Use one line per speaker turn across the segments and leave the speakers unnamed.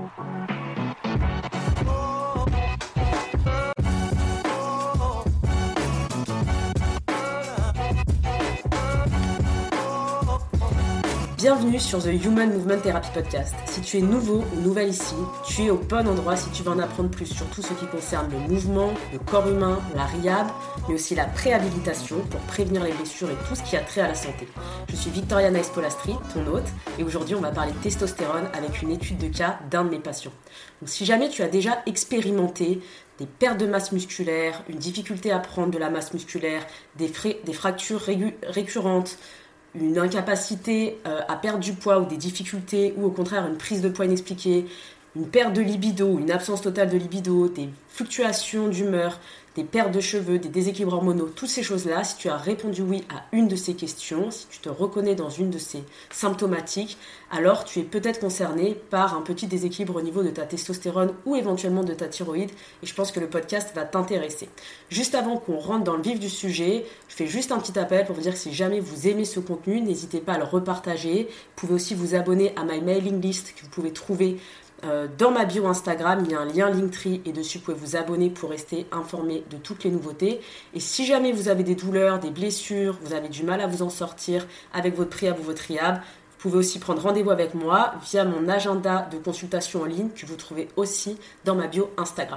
Bienvenue sur The Human Movement Therapy Podcast. Si tu es nouveau ou nouvelle ici, tu es au bon endroit si tu veux en apprendre plus sur tout ce qui concerne le mouvement, le corps humain, la rehab, mais aussi la préhabilitation pour prévenir les blessures et tout ce qui a trait à la santé. Je suis Victoria Naes-Polastri, ton hôte, et aujourd'hui on va parler de testostérone avec une étude de cas d'un de mes patients. Donc si jamais tu as déjà expérimenté des pertes de masse musculaire, une difficulté à prendre de la masse musculaire, des fractures récurrentes, une incapacité à perdre du poids ou des difficultés ou au contraire une prise de poids inexpliquée, une perte de libido, une absence totale de libido, des fluctuations d'humeur, des pertes de cheveux, des déséquilibres hormonaux, toutes ces choses-là, si tu as répondu oui à une de ces questions, si tu te reconnais dans une de ces symptomatiques, alors tu es peut-être concerné par un petit déséquilibre au niveau de ta testostérone ou éventuellement de ta thyroïde et je pense que le podcast va t'intéresser. Juste avant qu'on rentre dans le vif du sujet, je fais juste un petit appel pour vous dire que si jamais vous aimez ce contenu, n'hésitez pas à le repartager. Vous pouvez aussi vous abonner à ma mailing list que vous pouvez trouver dans ma bio Instagram, il y a un lien Linktree et dessus vous pouvez vous abonner pour rester informé de toutes les nouveautés. Et si jamais vous avez des douleurs, des blessures, vous avez du mal à vous en sortir avec votre préhab ou votre rehab, vous pouvez aussi prendre rendez-vous avec moi via mon agenda de consultation en ligne que vous trouvez aussi dans ma bio Instagram.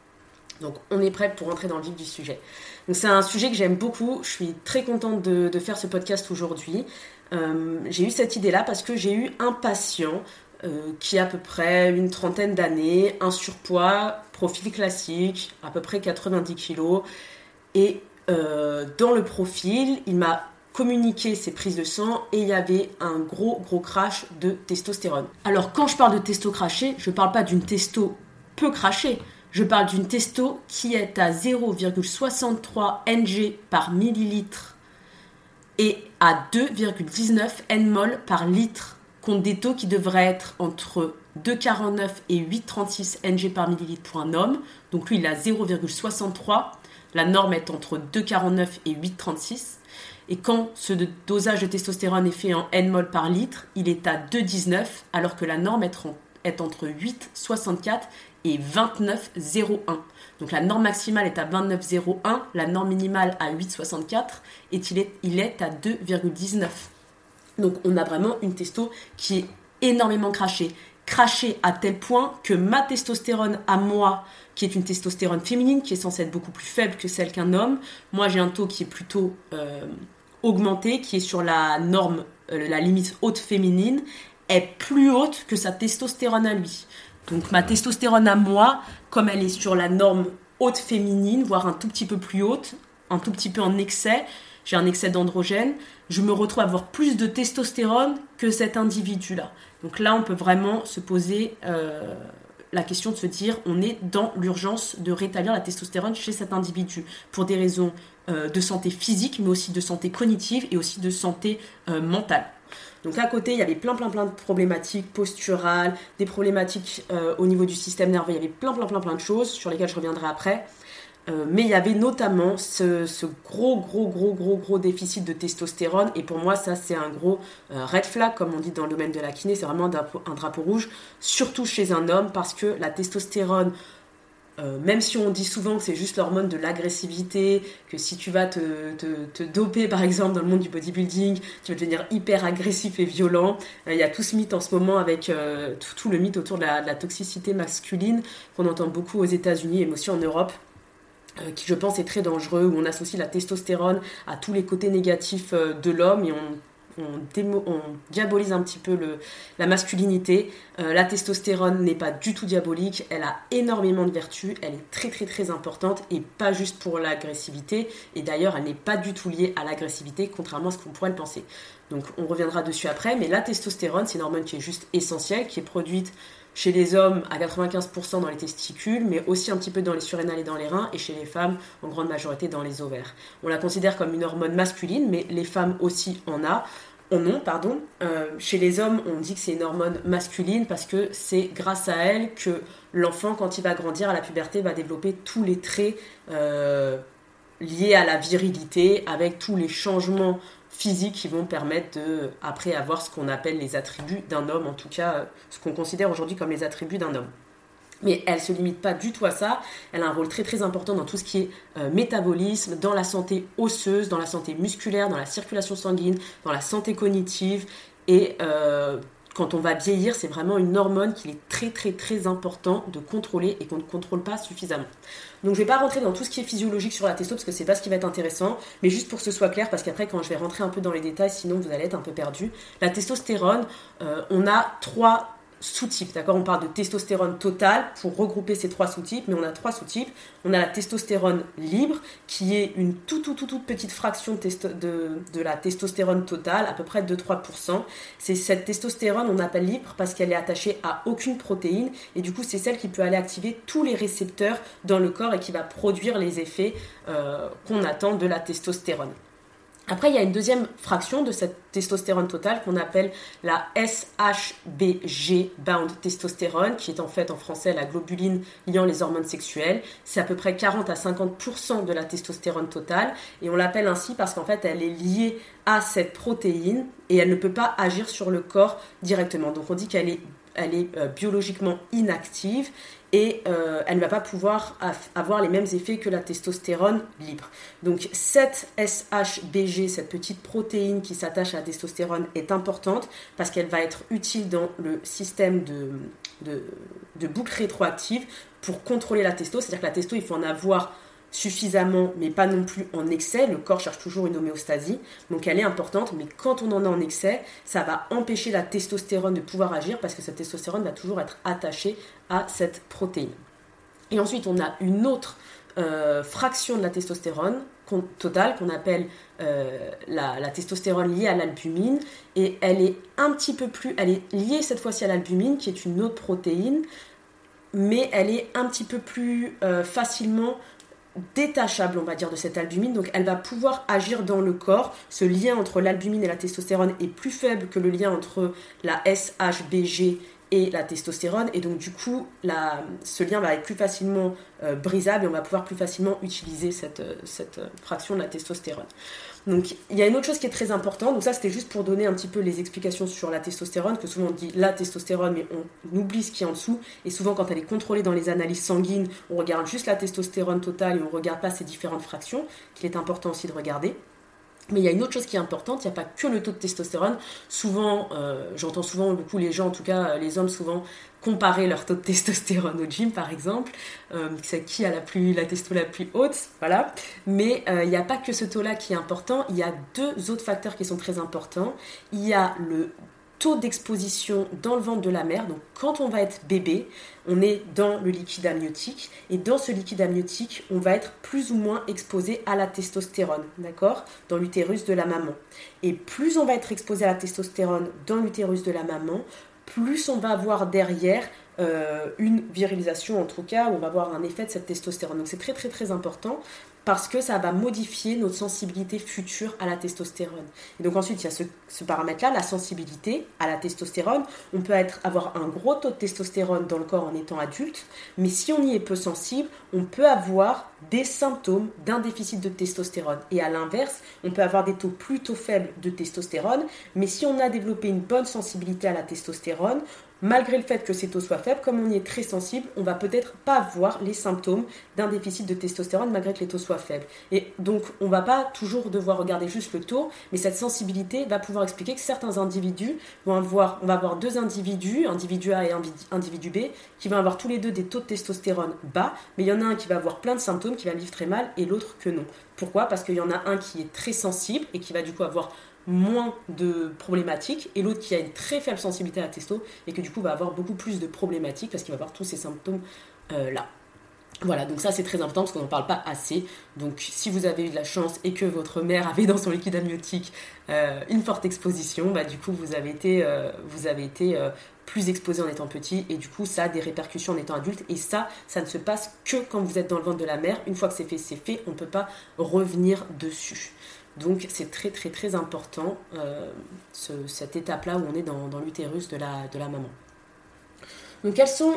Donc on est prêt pour rentrer dans le vif du sujet. Donc c'est un sujet que j'aime beaucoup, je suis très contente de faire ce podcast aujourd'hui. J'ai eu cette idée-là parce que j'ai eu un patient qui a à peu près une trentaine d'années, un surpoids, profil classique, à peu près 90 kg. Et dans le profil, il m'a communiqué ses prises de sang et il y avait un gros crash de testostérone. Alors quand je parle de testo craché, je ne parle pas d'une testo peu crachée, je parle d'une testo qui est à 0,63 ng par millilitre et à 2,19 nmol par litre, contre des taux qui devraient être entre 2,49 et 8,36 ng par millilitre pour un homme. Donc lui, il a 0,63. La norme est entre 2,49 et 8,36. Et quand ce dosage de testostérone est fait en nmol par litre, il est à 2,19, alors que la norme est entre 8,64 et 29,01. Donc la norme maximale est à 29,01, la norme minimale à 8,64 et il est à 2,19. Donc on a vraiment une testo qui est énormément crachée à tel point que ma testostérone à moi, qui est une testostérone féminine, qui est censée être beaucoup plus faible que celle qu'un homme, moi j'ai un taux qui est plutôt augmenté, qui est sur la norme, la limite haute féminine, est plus haute que sa testostérone à lui. Donc ma testostérone à moi, comme elle est sur la norme haute féminine, voire un tout petit peu plus haute, un tout petit peu en excès, j'ai un excès d'androgène, je me retrouve à avoir plus de testostérone que cet individu-là. Donc là, on peut vraiment se poser la question de se dire, on est dans l'urgence de rétablir la testostérone chez cet individu pour des raisons de santé physique, mais aussi de santé cognitive et aussi de santé mentale. Donc à côté, il y avait plein de problématiques posturales, des problématiques au niveau du système nerveux, il y avait plein de choses sur lesquelles je reviendrai après. Mais il y avait notamment ce gros déficit de testostérone et pour moi ça c'est un gros red flag comme on dit dans le domaine de la kiné, c'est vraiment un drapeau rouge, surtout chez un homme parce que la testostérone, même si on dit souvent que c'est juste l'hormone de l'agressivité, que si tu vas te doper par exemple dans le monde du bodybuilding, tu vas devenir hyper agressif et violent. Il y a tout ce mythe en ce moment avec tout le mythe autour de la toxicité masculine qu'on entend beaucoup aux États-Unis et aussi en Europe. Qui je pense est très dangereux, où on associe la testostérone à tous les côtés négatifs de l'homme et on diabolise un petit peu la masculinité. La testostérone n'est pas du tout diabolique, elle a énormément de vertus, elle est très importante et pas juste pour l'agressivité, et d'ailleurs elle n'est pas du tout liée à l'agressivité contrairement à ce qu'on pourrait le penser. Donc on reviendra dessus après, mais la testostérone c'est une hormone qui est juste essentielle, qui est produite chez les hommes à 95% dans les testicules, mais aussi un petit peu dans les surrénales et dans les reins, et chez les femmes en grande majorité dans les ovaires. On la considère comme une hormone masculine, mais les femmes aussi en ont. Chez les hommes, on dit que c'est une hormone masculine parce que c'est grâce à elle que l'enfant, quand il va grandir à la puberté, va développer tous les traits liés à la virilité, avec tous les changements physiques qui vont permettre de, après, avoir ce qu'on appelle les attributs d'un homme, en tout cas, ce qu'on considère aujourd'hui comme les attributs d'un homme. Mais elle ne se limite pas du tout à ça. Elle a un rôle très très important dans tout ce qui est métabolisme, dans la santé osseuse, dans la santé musculaire, dans la circulation sanguine, dans la santé cognitive. Et quand on va vieillir, c'est vraiment une hormone qu'il est très très très important de contrôler et qu'on ne contrôle pas suffisamment. Donc je ne vais pas rentrer dans tout ce qui est physiologique sur la testo parce que c'est pas ce qui va être intéressant, mais juste pour que ce soit clair, parce qu'après quand je vais rentrer un peu dans les détails, sinon vous allez être un peu perdu. La testostérone, on a 3 sous-types, d'accord ? On parle de testostérone totale pour regrouper ces 3 sous-types, mais on a 3 sous-types. On a la testostérone libre, qui est une toute petite fraction de la testostérone totale, à peu près 2-3%. C'est cette testostérone, on appelle libre parce qu'elle est attachée à aucune protéine, et du coup c'est celle qui peut aller activer tous les récepteurs dans le corps et qui va produire les effets qu'on attend de la testostérone. Après, il y a une deuxième fraction de cette testostérone totale qu'on appelle la SHBG bound testostérone, qui est en fait en français la globuline liant les hormones sexuelles. C'est à peu près 40 à 50% de la testostérone totale, et on l'appelle ainsi parce qu'en fait elle est liée à cette protéine et elle ne peut pas agir sur le corps directement. Donc on dit qu'elle est biologiquement inactive et elle ne va pas pouvoir avoir les mêmes effets que la testostérone libre. Donc cette SHBG, cette petite protéine qui s'attache à la testostérone, est importante parce qu'elle va être utile dans le système de boucle rétroactive pour contrôler la testo. C'est-à-dire que la testo, il faut en avoir suffisamment, mais pas non plus en excès. Le corps cherche toujours une homéostasie, donc elle est importante, mais quand on en a en excès, ça va empêcher la testostérone de pouvoir agir parce que cette testostérone va toujours être attachée à cette protéine. Et ensuite, on a une autre fraction de la testostérone totale qu'on appelle la testostérone liée à l'albumine, et elle est liée cette fois-ci à l'albumine, qui est une autre protéine, mais elle est un petit peu plus facilement détachable, on va dire, de cette albumine, donc elle va pouvoir agir dans le corps. Ce lien entre l'albumine et la testostérone est plus faible que le lien entre la SHBG et la testostérone, et donc du coup ce lien va être plus facilement brisable et on va pouvoir plus facilement utiliser cette fraction de la testostérone. Donc il y a une autre chose qui est très importante, donc ça c'était juste pour donner un petit peu les explications sur la testostérone, que souvent on dit la testostérone mais on oublie ce qui est en dessous, et souvent quand elle est contrôlée dans les analyses sanguines, on regarde juste la testostérone totale et on ne regarde pas ces différentes fractions, qu'il est important aussi de regarder. Mais il y a une autre chose qui est importante, il n'y a pas que le taux de testostérone. Souvent, j'entends souvent beaucoup les gens, en tout cas les hommes souvent, comparer leur taux de testostérone au gym par exemple. C'est qui a la testo la plus haute, voilà. Mais il n'y a pas que ce taux-là qui est important, il y a 2 autres facteurs qui sont très importants. Il y a le taux d'exposition dans le ventre de la mère. Donc quand on va être bébé, on est dans le liquide amniotique, et dans ce liquide amniotique, on va être plus ou moins exposé à la testostérone, d'accord, dans l'utérus de la maman. Et plus on va être exposé à la testostérone dans l'utérus de la maman, plus on va avoir derrière une virilisation, en tout cas, où on va avoir un effet de cette testostérone. Donc c'est très très très important, parce que ça va modifier notre sensibilité future à la testostérone. Et donc ensuite, il y a ce paramètre-là, la sensibilité à la testostérone. On peut avoir un gros taux de testostérone dans le corps en étant adulte, mais si on y est peu sensible, on peut avoir des symptômes d'un déficit de testostérone. Et à l'inverse, on peut avoir des taux plutôt faibles de testostérone, mais si on a développé une bonne sensibilité à la testostérone, malgré le fait que ces taux soient faibles, comme on y est très sensible, on va peut-être pas avoir les symptômes d'un déficit de testostérone malgré que les taux soient faibles. Et donc, on va pas toujours devoir regarder juste le taux, mais cette sensibilité va pouvoir expliquer que certains individus on va avoir 2 individus, individu A et individu B, qui vont avoir tous les 2 des taux de testostérone bas, mais il y en a un qui va avoir plein de symptômes, qui va vivre très mal, et l'autre que non. Pourquoi ? Parce qu'il y en a un qui est très sensible et qui va du coup avoir moins de problématiques, et l'autre qui a une très faible sensibilité à la testo et que du coup va avoir beaucoup plus de problématiques parce qu'il va avoir tous ces symptômes là. Voilà, donc ça c'est très important parce qu'on n'en parle pas assez. Donc si vous avez eu de la chance et que votre mère avait dans son liquide amniotique une forte exposition, bah du coup vous avez été plus exposé en étant petit, et du coup ça a des répercussions en étant adulte, et ça ne se passe que quand vous êtes dans le ventre de la mère. Une fois que c'est fait, on ne peut pas revenir dessus. Donc c'est très très très important cette étape-là où on est dans l'utérus de la maman. Donc quelles sont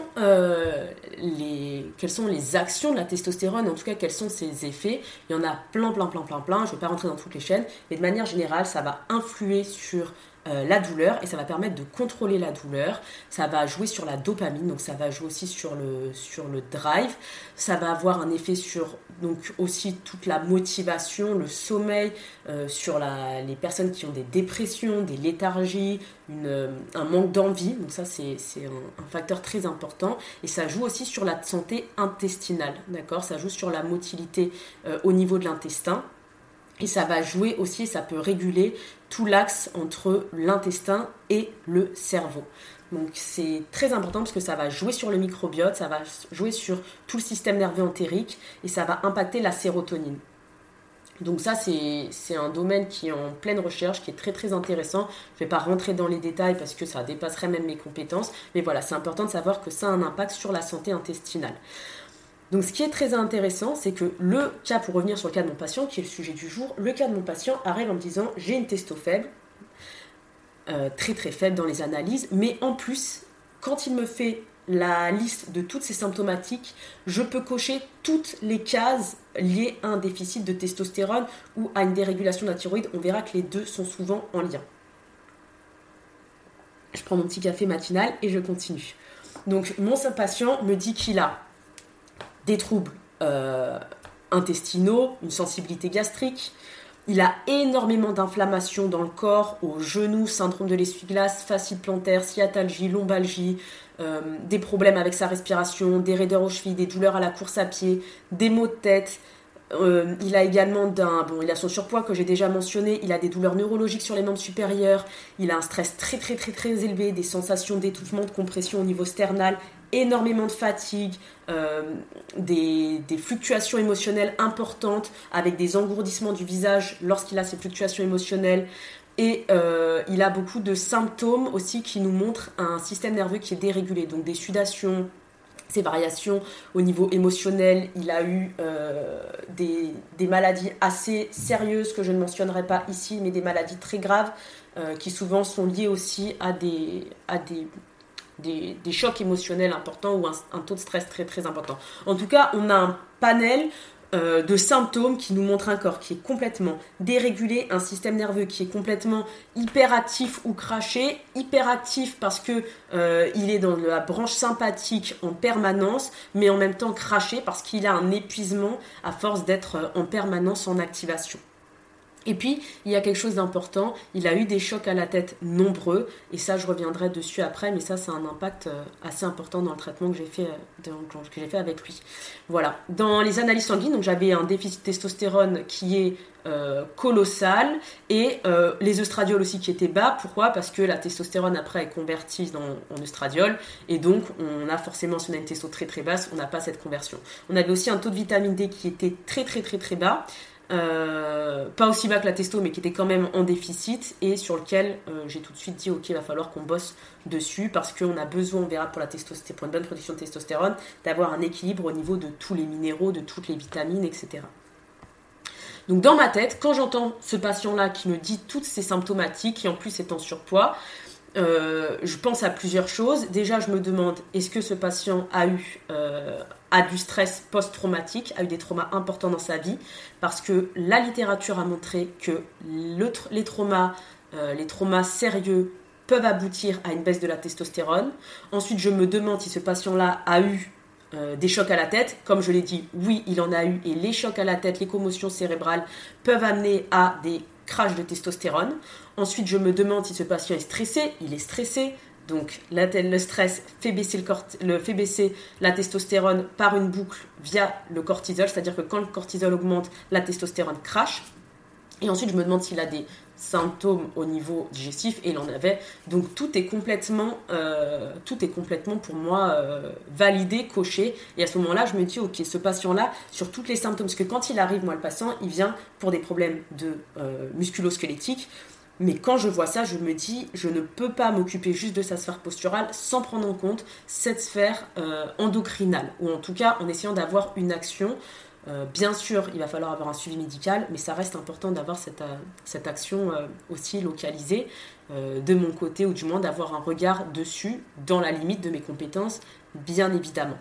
les actions de la testostérone, en tout cas quels sont ses effets? Il y en a plein, je ne vais pas rentrer dans toutes les chaînes, mais de manière générale, ça va influer sur la douleur et ça va permettre de contrôler la douleur. Ça va jouer sur la dopamine, donc ça va jouer aussi sur le drive. Ça va avoir un effet sur donc aussi toute la motivation, le sommeil, sur les personnes qui ont des dépressions, des léthargies, un manque d'envie. Donc ça c'est un facteur très important et ça joue aussi sur la santé intestinale, d'accord? Ça joue sur la motilité au niveau de l'intestin. Et ça va jouer aussi, ça peut réguler tout l'axe entre l'intestin et le cerveau. Donc c'est très important parce que ça va jouer sur le microbiote, ça va jouer sur tout le système nerveux entérique et ça va impacter la sérotonine. Donc ça, c'est un domaine qui est en pleine recherche, qui est très très intéressant. Je ne vais pas rentrer dans les détails parce que ça dépasserait même mes compétences. Mais voilà, c'est important de savoir que ça a un impact sur la santé intestinale. Donc ce qui est très intéressant, c'est que le cas, pour revenir sur le cas de mon patient, qui est le sujet du jour, le cas de mon patient arrive en me disant « j'ai une testo faible », très très faible dans les analyses, mais en plus, quand il me fait la liste de toutes ces symptomatiques, je peux cocher toutes les cases liées à un déficit de testostérone ou à une dérégulation de la thyroïde. On verra que les deux sont souvent en lien. Je prends mon petit café matinal et je continue. Donc mon patient me dit qu'il a des troubles intestinaux, une sensibilité gastrique. Il a énormément d'inflammation dans le corps, aux genoux, syndrome de l'essuie-glace, fascite plantaire, sciatalgie, lombalgie, des problèmes avec sa respiration, des raideurs aux chevilles, des douleurs à la course à pied, des maux de tête. Il a également il a son surpoids que j'ai déjà mentionné, il a des douleurs neurologiques sur les membres supérieurs, il a un stress très très très très élevé, des sensations d'étouffement, de compression au niveau sternal, énormément de fatigue, des fluctuations émotionnelles importantes avec des engourdissements du visage lorsqu'il a ces fluctuations émotionnelles. Et il a beaucoup de symptômes aussi qui nous montrent un système nerveux qui est dérégulé, donc des sudations, ces variations au niveau émotionnel. Il a eu des maladies assez sérieuses que je ne mentionnerai pas ici, mais des maladies très graves qui souvent sont liées aussi à des chocs émotionnels importants ou un taux de stress très très important. En tout cas, on a un panel de symptômes qui nous montrent un corps qui est complètement dérégulé, un système nerveux qui est complètement hyperactif ou craché, hyperactif parce que il est dans la branche sympathique en permanence, mais en même temps craché parce qu'il a un épuisement à force d'être en permanence en activation. Et puis, il y a quelque chose d'important, il a eu des chocs à la tête nombreux, et ça, je reviendrai dessus après, mais ça, c'est un impact assez important dans le traitement que j'ai fait avec lui. Voilà. Dans les analyses sanguines, donc j'avais un déficit de testostérone qui est colossal, et les œstradiols aussi qui étaient bas. Pourquoi ? Parce que la testostérone, après, est convertie en œstradiol, et donc, on a forcément, si on a une testo très très basse, on n'a pas cette conversion. On avait aussi un taux de vitamine D qui était très très très très bas, pas aussi bas que la testo mais qui était quand même en déficit et sur lequel j'ai tout de suite dit ok, il va falloir qu'on bosse dessus parce qu'on a besoin, on verra pour une bonne production de testostérone, d'avoir un équilibre au niveau de tous les minéraux, de toutes les vitamines, etc. Donc dans ma tête, quand j'entends ce patient là qui me dit toutes ces symptomatiques et en plus est en surpoids, je pense à plusieurs choses. Déjà, je me demande, est-ce que ce patient a du stress post-traumatique, a eu des traumas importants dans sa vie? Parce que la littérature a montré que les traumas sérieux peuvent aboutir à une baisse de la testostérone. Ensuite, je me demande si ce patient-là a eu des chocs à la tête. Comme je l'ai dit, oui, il en a eu. Et les chocs à la tête, les commotions cérébrales peuvent amener à des crash de testostérone. Ensuite, je me demande si ce patient est stressé. Il est stressé, donc le stress fait baisser la testostérone par une boucle via le cortisol, c'est-à-dire que quand le cortisol augmente, la testostérone crash. Et ensuite, je me demande s'il a des symptômes au niveau digestif, et il en avait. Donc tout est complètement pour moi validé, coché. Et à ce moment-là, je me dis, ok, ce patient-là, sur tous les symptômes, parce que quand il arrive, moi, le patient, il vient pour des problèmes de musculo-squelettiques. Mais quand je vois ça, je me dis, je ne peux pas m'occuper juste de sa sphère posturale sans prendre en compte cette sphère endocrinale, ou en tout cas en essayant d'avoir une action Bien sûr, il va falloir avoir un suivi médical, mais ça reste important d'avoir cette action aussi localisée de mon côté, ou du moins d'avoir un regard dessus, dans la limite de mes compétences, bien évidemment.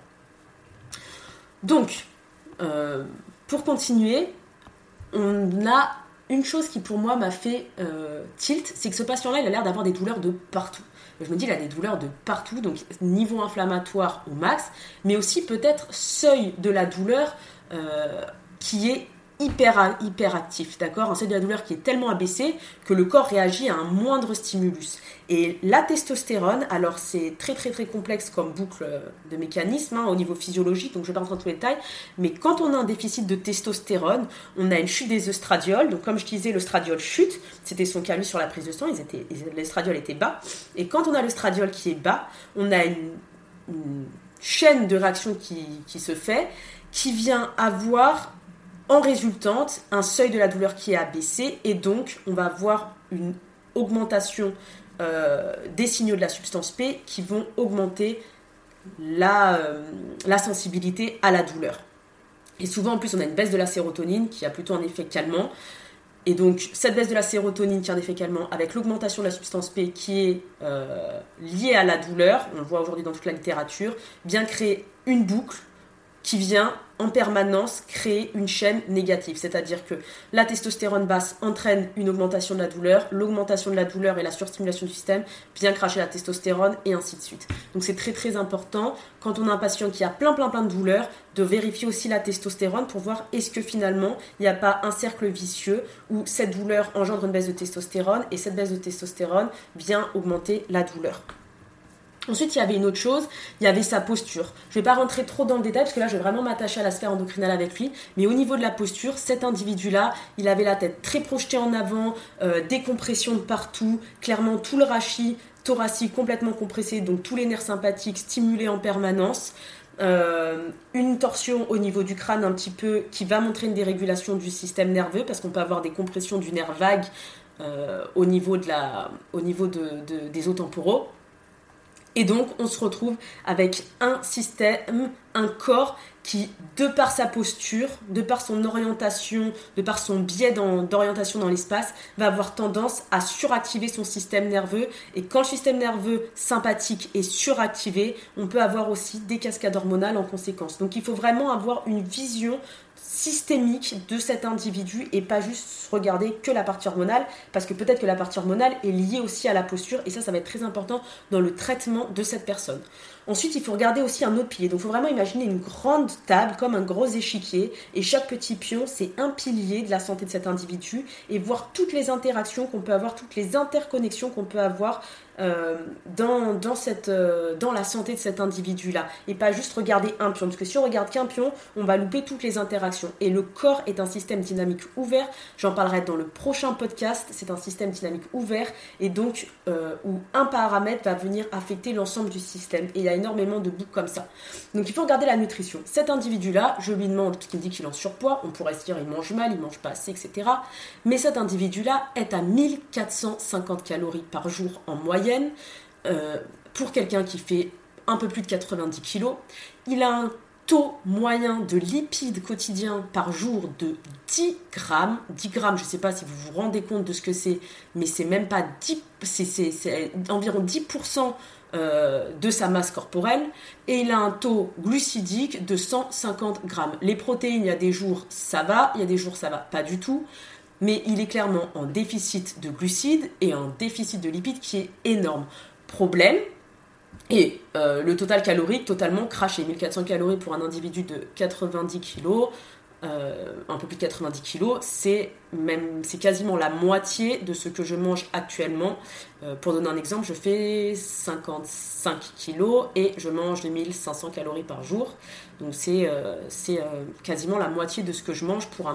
Donc, pour continuer, on a une chose qui pour moi m'a fait tilt, c'est que ce patient-là, il a l'air d'avoir des douleurs de partout. Je me dis, il a des douleurs de partout, donc niveau inflammatoire au max, mais aussi peut-être seuil de la douleur qui est hyper actif, d'accord ? Un seuil de la douleur qui est tellement abaissé que le corps réagit à un moindre stimulus. Et la testostérone, alors c'est très très très complexe comme boucle de mécanisme au niveau physiologique, donc je ne vais pas rentrer dans tous les détails, mais quand on a un déficit de testostérone, on a une chute des œstradiols, donc comme je disais, l'œstradiol chute, c'était son cas lui sur la prise de sang, l'estradiol était bas, et quand on a l'estradiol qui est bas, on a une chaîne de réaction qui se fait, qui vient avoir en résultante un seuil de la douleur qui est abaissé, et donc on va avoir une augmentation des signaux de la substance P qui vont augmenter la sensibilité à la douleur. Et souvent en plus on a une baisse de la sérotonine qui a plutôt un effet calmant, et donc cette baisse de la sérotonine qui a un effet calmant avec l'augmentation de la substance P qui est liée à la douleur, on le voit aujourd'hui dans toute la littérature, vient créer une boucle qui vient en permanence créer une chaîne négative. C'est-à-dire que la testostérone basse entraîne une augmentation de la douleur, l'augmentation de la douleur et la surstimulation du système vient cracher la testostérone et ainsi de suite. Donc c'est très très important, quand on a un patient qui a plein de douleurs, de vérifier aussi la testostérone pour voir est-ce que finalement il n'y a pas un cercle vicieux où cette douleur engendre une baisse de testostérone et cette baisse de testostérone vient augmenter la douleur. Ensuite, il y avait une autre chose, il y avait sa posture. Je ne vais pas rentrer trop dans le détail parce que là, je vais vraiment m'attacher à la sphère endocrinale avec lui. Mais au niveau de la posture, cet individu-là, il avait la tête très projetée en avant, des compressions de partout, clairement tout le rachis thoracique complètement compressé, donc tous les nerfs sympathiques stimulés en permanence. Une torsion au niveau du crâne un petit peu qui va montrer une dérégulation du système nerveux parce qu'on peut avoir des compressions du nerf vague au niveau des os temporaux. Et donc, on se retrouve avec un système, un corps qui, de par sa posture, de par son orientation, de par son biais d'orientation dans l'espace, va avoir tendance à suractiver son système nerveux. Et quand le système nerveux sympathique est suractivé, on peut avoir aussi des cascades hormonales en conséquence. Donc, il faut vraiment avoir une vision systémique de cet individu et pas juste regarder que la partie hormonale, parce que peut-être que la partie hormonale est liée aussi à la posture et ça va être très important dans le traitement de cette personne. Ensuite, il faut regarder aussi un autre pilier. Donc, il faut vraiment imaginer une grande table comme un gros échiquier et chaque petit pion, c'est un pilier de la santé de cet individu et voir toutes les interactions qu'on peut avoir, toutes les interconnexions qu'on peut avoir dans la santé de cet individu-là et pas juste regarder un pion. Parce que si on regarde qu'un pion, on va louper toutes les interactions. Et le corps est un système dynamique ouvert. J'en parlerai dans le prochain podcast. C'est un système dynamique ouvert et donc où un paramètre va venir affecter l'ensemble du système. Et il y a énormément de boucles comme ça. Donc il faut regarder la nutrition. Cet individu-là, je lui demande, parce qu'il me dit qu'il est en surpoids, on pourrait se dire il mange mal, il mange pas assez, etc. Mais cet individu-là est à 1450 calories par jour en moyenne. Pour quelqu'un qui fait un peu plus de 90 kg, il a un taux moyen de lipides quotidiens par jour de 10 grammes. 10 grammes, je ne sais pas si vous vous rendez compte de ce que c'est, mais c'est même pas 10, c'est environ 10% de sa masse corporelle. Et il a un taux glucidique de 150 grammes. Les protéines, il y a des jours ça va, il y a des jours ça va pas du tout. Mais il est clairement en déficit de glucides et en déficit de lipides qui est énorme. Problème, et le total calorique totalement craché. 1400 calories pour un individu de 90 kg, un peu plus de 90 kg, c'est quasiment la moitié de ce que je mange actuellement. Pour donner un exemple, je fais 55 kg et je mange 1500 calories par jour. Donc c'est quasiment la moitié de ce que je mange pour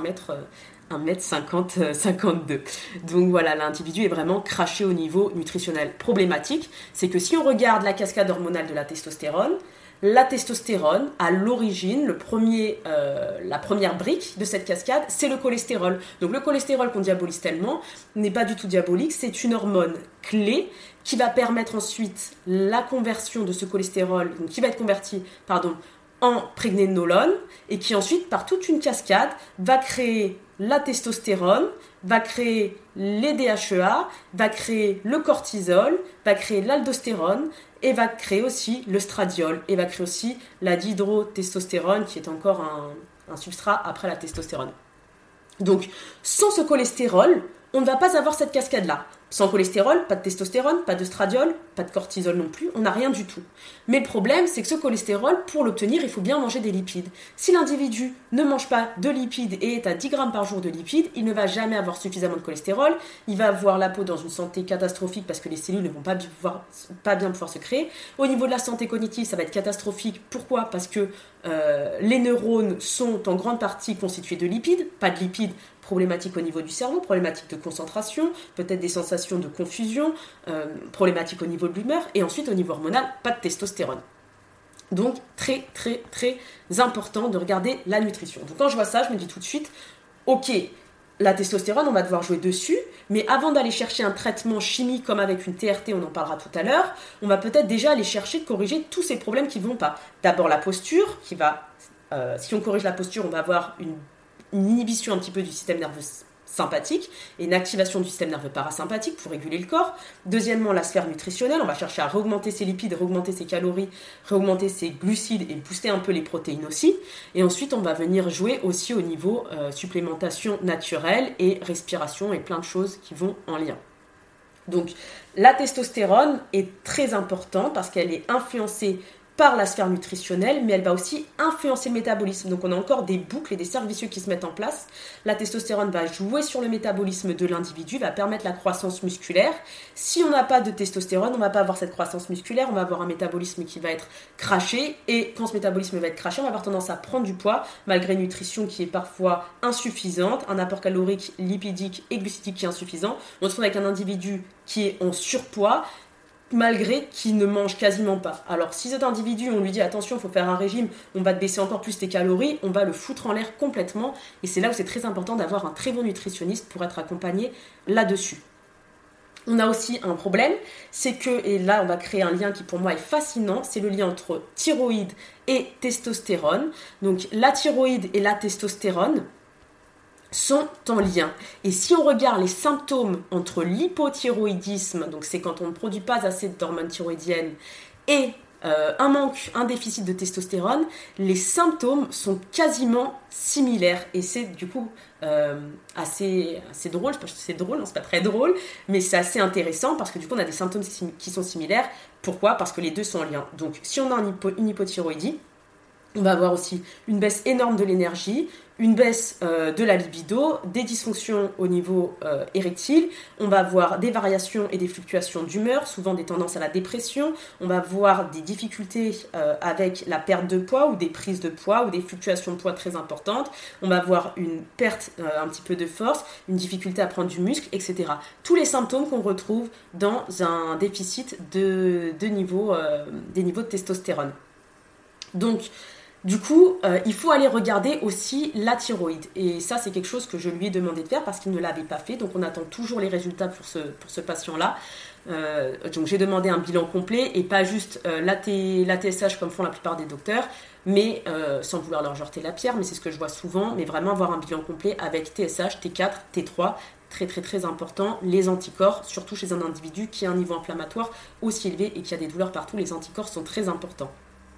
1m52. Donc voilà, l'individu est vraiment craché au niveau nutritionnel. Problématique, c'est que si on regarde la cascade hormonale de la testostérone, à l'origine, la première brique de cette cascade, c'est le cholestérol. Donc le cholestérol qu'on diabolise tellement n'est pas du tout diabolique, c'est une hormone clé qui va permettre ensuite la conversion de ce cholestérol, donc qui va être converti, en prégnénolone et qui ensuite, par toute une cascade, va créer la testostérone, va créer les DHEA, va créer le cortisol, va créer l'aldostérone et va créer aussi le stradiol et va créer aussi la dihydrotestostérone qui est encore un substrat après la testostérone. Donc, sans ce cholestérol, on ne va pas avoir cette cascade-là. Sans cholestérol, pas de testostérone, pas de stradiol, pas de cortisol non plus, on n'a rien du tout. Mais le problème, c'est que ce cholestérol, pour l'obtenir, il faut bien manger des lipides. Si l'individu ne mange pas de lipides et est à 10 grammes par jour de lipides, il ne va jamais avoir suffisamment de cholestérol, il va avoir la peau dans une santé catastrophique parce que les cellules ne vont pas bien pouvoir se créer. Au niveau de la santé cognitive, ça va être catastrophique. Pourquoi ? Parce que les neurones sont en grande partie constitués de lipides, pas de lipides, problématiques au niveau du cerveau, problématiques de concentration, peut-être des sensations de confusion, problématiques au niveau de l'humeur, et ensuite au niveau hormonal, pas de testostérone. Donc très très très important de regarder la nutrition. Donc quand je vois ça, je me dis tout de suite, ok, la testostérone, on va devoir jouer dessus, mais avant d'aller chercher un traitement chimique comme avec une TRT, on en parlera tout à l'heure, on va peut-être déjà aller chercher de corriger tous ces problèmes qui ne vont pas. D'abord la posture, si on corrige la posture, on va avoir une inhibition un petit peu du système nerveux sympathique et une activation du système nerveux parasympathique pour réguler le corps. Deuxièmement, la sphère nutritionnelle, on va chercher à réaugmenter ses lipides, réaugmenter ses calories, réaugmenter ses glucides et booster un peu les protéines aussi. Et ensuite, on va venir jouer aussi au niveau supplémentation naturelle et respiration et plein de choses qui vont en lien. Donc, la testostérone est très importante parce qu'elle est influencée par la sphère nutritionnelle, mais elle va aussi influencer le métabolisme. Donc on a encore des boucles et des cercles vicieux qui se mettent en place. La testostérone va jouer sur le métabolisme de l'individu, va permettre la croissance musculaire. Si on n'a pas de testostérone, on ne va pas avoir cette croissance musculaire, on va avoir un métabolisme qui va être craché, et quand ce métabolisme va être craché, on va avoir tendance à prendre du poids, malgré une nutrition qui est parfois insuffisante, un apport calorique, lipidique et glucidique qui est insuffisant. On se retrouve avec un individu qui est en surpoids, malgré qu'il ne mange quasiment pas. Alors si cet individu, on lui dit attention, il faut faire un régime, on va te baisser encore plus tes calories, on va le foutre en l'air complètement, et c'est là où c'est très important d'avoir un très bon nutritionniste pour être accompagné là-dessus. On a aussi un problème, c'est que, et là on va créer un lien qui pour moi est fascinant, c'est le lien entre thyroïde et testostérone. Donc la thyroïde et la testostérone sont en lien. Et si on regarde les symptômes entre l'hypothyroïdisme, donc c'est quand on ne produit pas assez d'hormones thyroïdiennes, et un déficit de testostérone, les symptômes sont quasiment similaires. Et c'est du coup assez drôle, je pense que c'est drôle, non, c'est pas très drôle, mais c'est assez intéressant parce que du coup on a des symptômes qui sont similaires. Pourquoi ? Parce que les deux sont en lien. Donc si on a une hypothyroïdie, on va avoir aussi une baisse énorme de l'énergie, une baisse de la libido, des dysfonctions au niveau érectile, on va avoir des variations et des fluctuations d'humeur, souvent des tendances à la dépression, on va avoir des difficultés avec la perte de poids ou des prises de poids ou des fluctuations de poids très importantes, on va avoir une perte un petit peu de force, une difficulté à prendre du muscle, etc. Tous les symptômes qu'on retrouve dans un déficit des niveaux de testostérone. Donc, du coup, il faut aller regarder aussi la thyroïde. Et ça, c'est quelque chose que je lui ai demandé de faire parce qu'il ne l'avait pas fait. Donc, on attend toujours les résultats pour ce patient-là. Donc, j'ai demandé un bilan complet et pas juste la TSH comme font la plupart des docteurs, mais sans vouloir leur jeter la pierre, mais c'est ce que je vois souvent, mais vraiment avoir un bilan complet avec TSH, T4, T3, très très très important, les anticorps, surtout chez un individu qui a un niveau inflammatoire aussi élevé et qui a des douleurs partout, les anticorps sont très importants.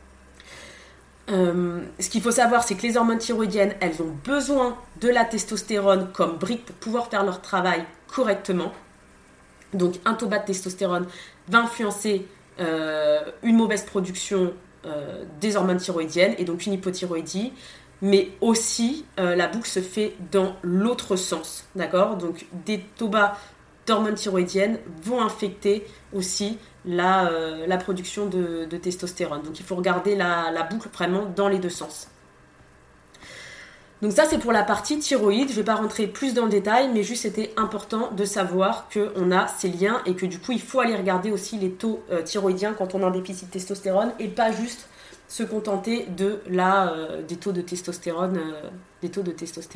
Ce qu'il faut savoir, c'est que les hormones thyroïdiennes, elles ont besoin de la testostérone comme brique pour pouvoir faire leur travail correctement. Donc un taux bas de testostérone va influencer une mauvaise production des hormones thyroïdiennes et donc une hypothyroïdie, mais aussi la boucle se fait dans l'autre sens, d'accord ? Donc des taux bas d'hormones thyroïdiennes vont infecter aussi la production de testostérone. Donc il faut regarder la boucle vraiment dans les deux sens. Donc ça c'est pour la partie thyroïde, je ne vais pas rentrer plus dans le détail, mais juste c'était important de savoir qu'on a ces liens et que du coup il faut aller regarder aussi les taux thyroïdiens quand on a un déficit de testostérone et pas juste se contenter des taux de testostérone,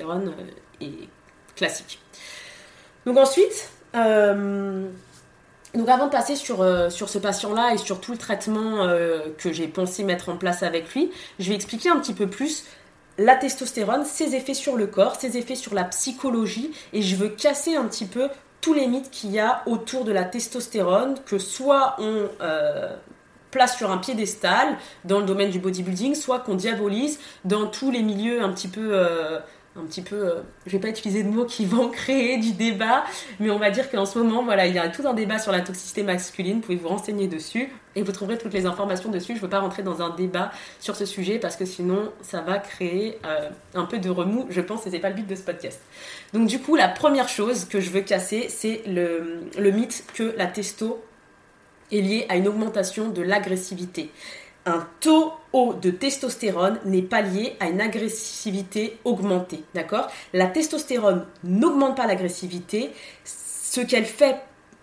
classiques. Donc ensuite, Donc avant de passer sur ce patient-là et sur tout le traitement que j'ai pensé mettre en place avec lui, je vais expliquer un petit peu plus la testostérone, ses effets sur le corps, ses effets sur la psychologie, et je veux casser un petit peu tous les mythes qu'il y a autour de la testostérone, que soit on place sur un piédestal dans le domaine du bodybuilding, soit qu'on diabolise dans tous les milieux un petit peu, je vais pas utiliser de mots qui vont créer du débat, mais on va dire qu'en ce moment, voilà, il y a tout un débat sur la toxicité masculine, vous pouvez vous renseigner dessus, et vous trouverez toutes les informations dessus. Je veux pas rentrer dans un débat sur ce sujet, parce que sinon, ça va créer un peu de remous, je pense, et c'est pas le but de ce podcast. Donc du coup, la première chose que je veux casser, c'est le mythe que la testo est liée à une augmentation de l'agressivité. Un taux haut de testostérone n'est pas lié à une agressivité augmentée, d'accord ? La testostérone n'augmente pas l'agressivité. Ce qu'elle fait,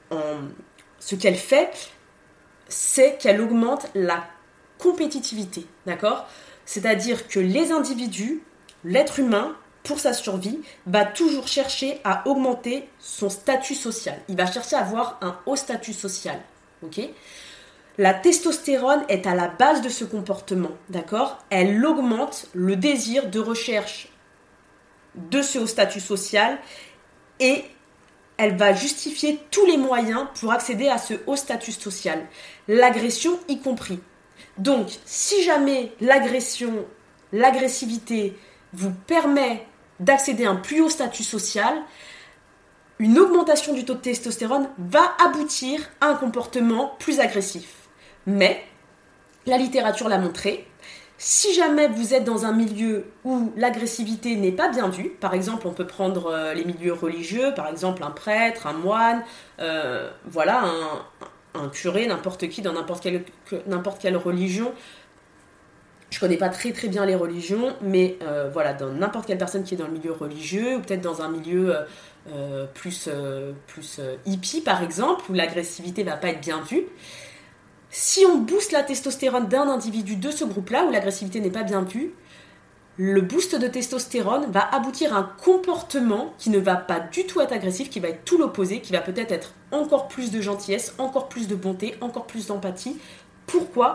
c'est qu'elle augmente la compétitivité, d'accord ? C'est-à-dire que les individus, l'être humain, pour sa survie, va toujours chercher à augmenter son statut social. Il va chercher à avoir un haut statut social, ok ? La testostérone est à la base de ce comportement, d'accord ? Elle augmente le désir de recherche de ce haut statut social et elle va justifier tous les moyens pour accéder à ce haut statut social, l'agression y compris. Donc, si jamais l'agressivité vous permet d'accéder à un plus haut statut social, une augmentation du taux de testostérone va aboutir à un comportement plus agressif. Mais, la littérature l'a montré, si jamais vous êtes dans un milieu où l'agressivité n'est pas bien vue, par exemple, on peut prendre les milieux religieux, par exemple un prêtre, un moine, un curé, n'importe qui, dans n'importe quelle religion. Je connais pas très très bien les religions, mais dans n'importe quelle personne qui est dans le milieu religieux, ou peut-être dans un milieu plus hippie, par exemple, où l'agressivité va pas être bien vue. Si on booste la testostérone d'un individu de ce groupe-là, où l'agressivité n'est pas bien vue, le boost de testostérone va aboutir à un comportement qui ne va pas du tout être agressif, qui va être tout l'opposé, qui va peut-être être encore plus de gentillesse, encore plus de bonté, encore plus d'empathie. Pourquoi ?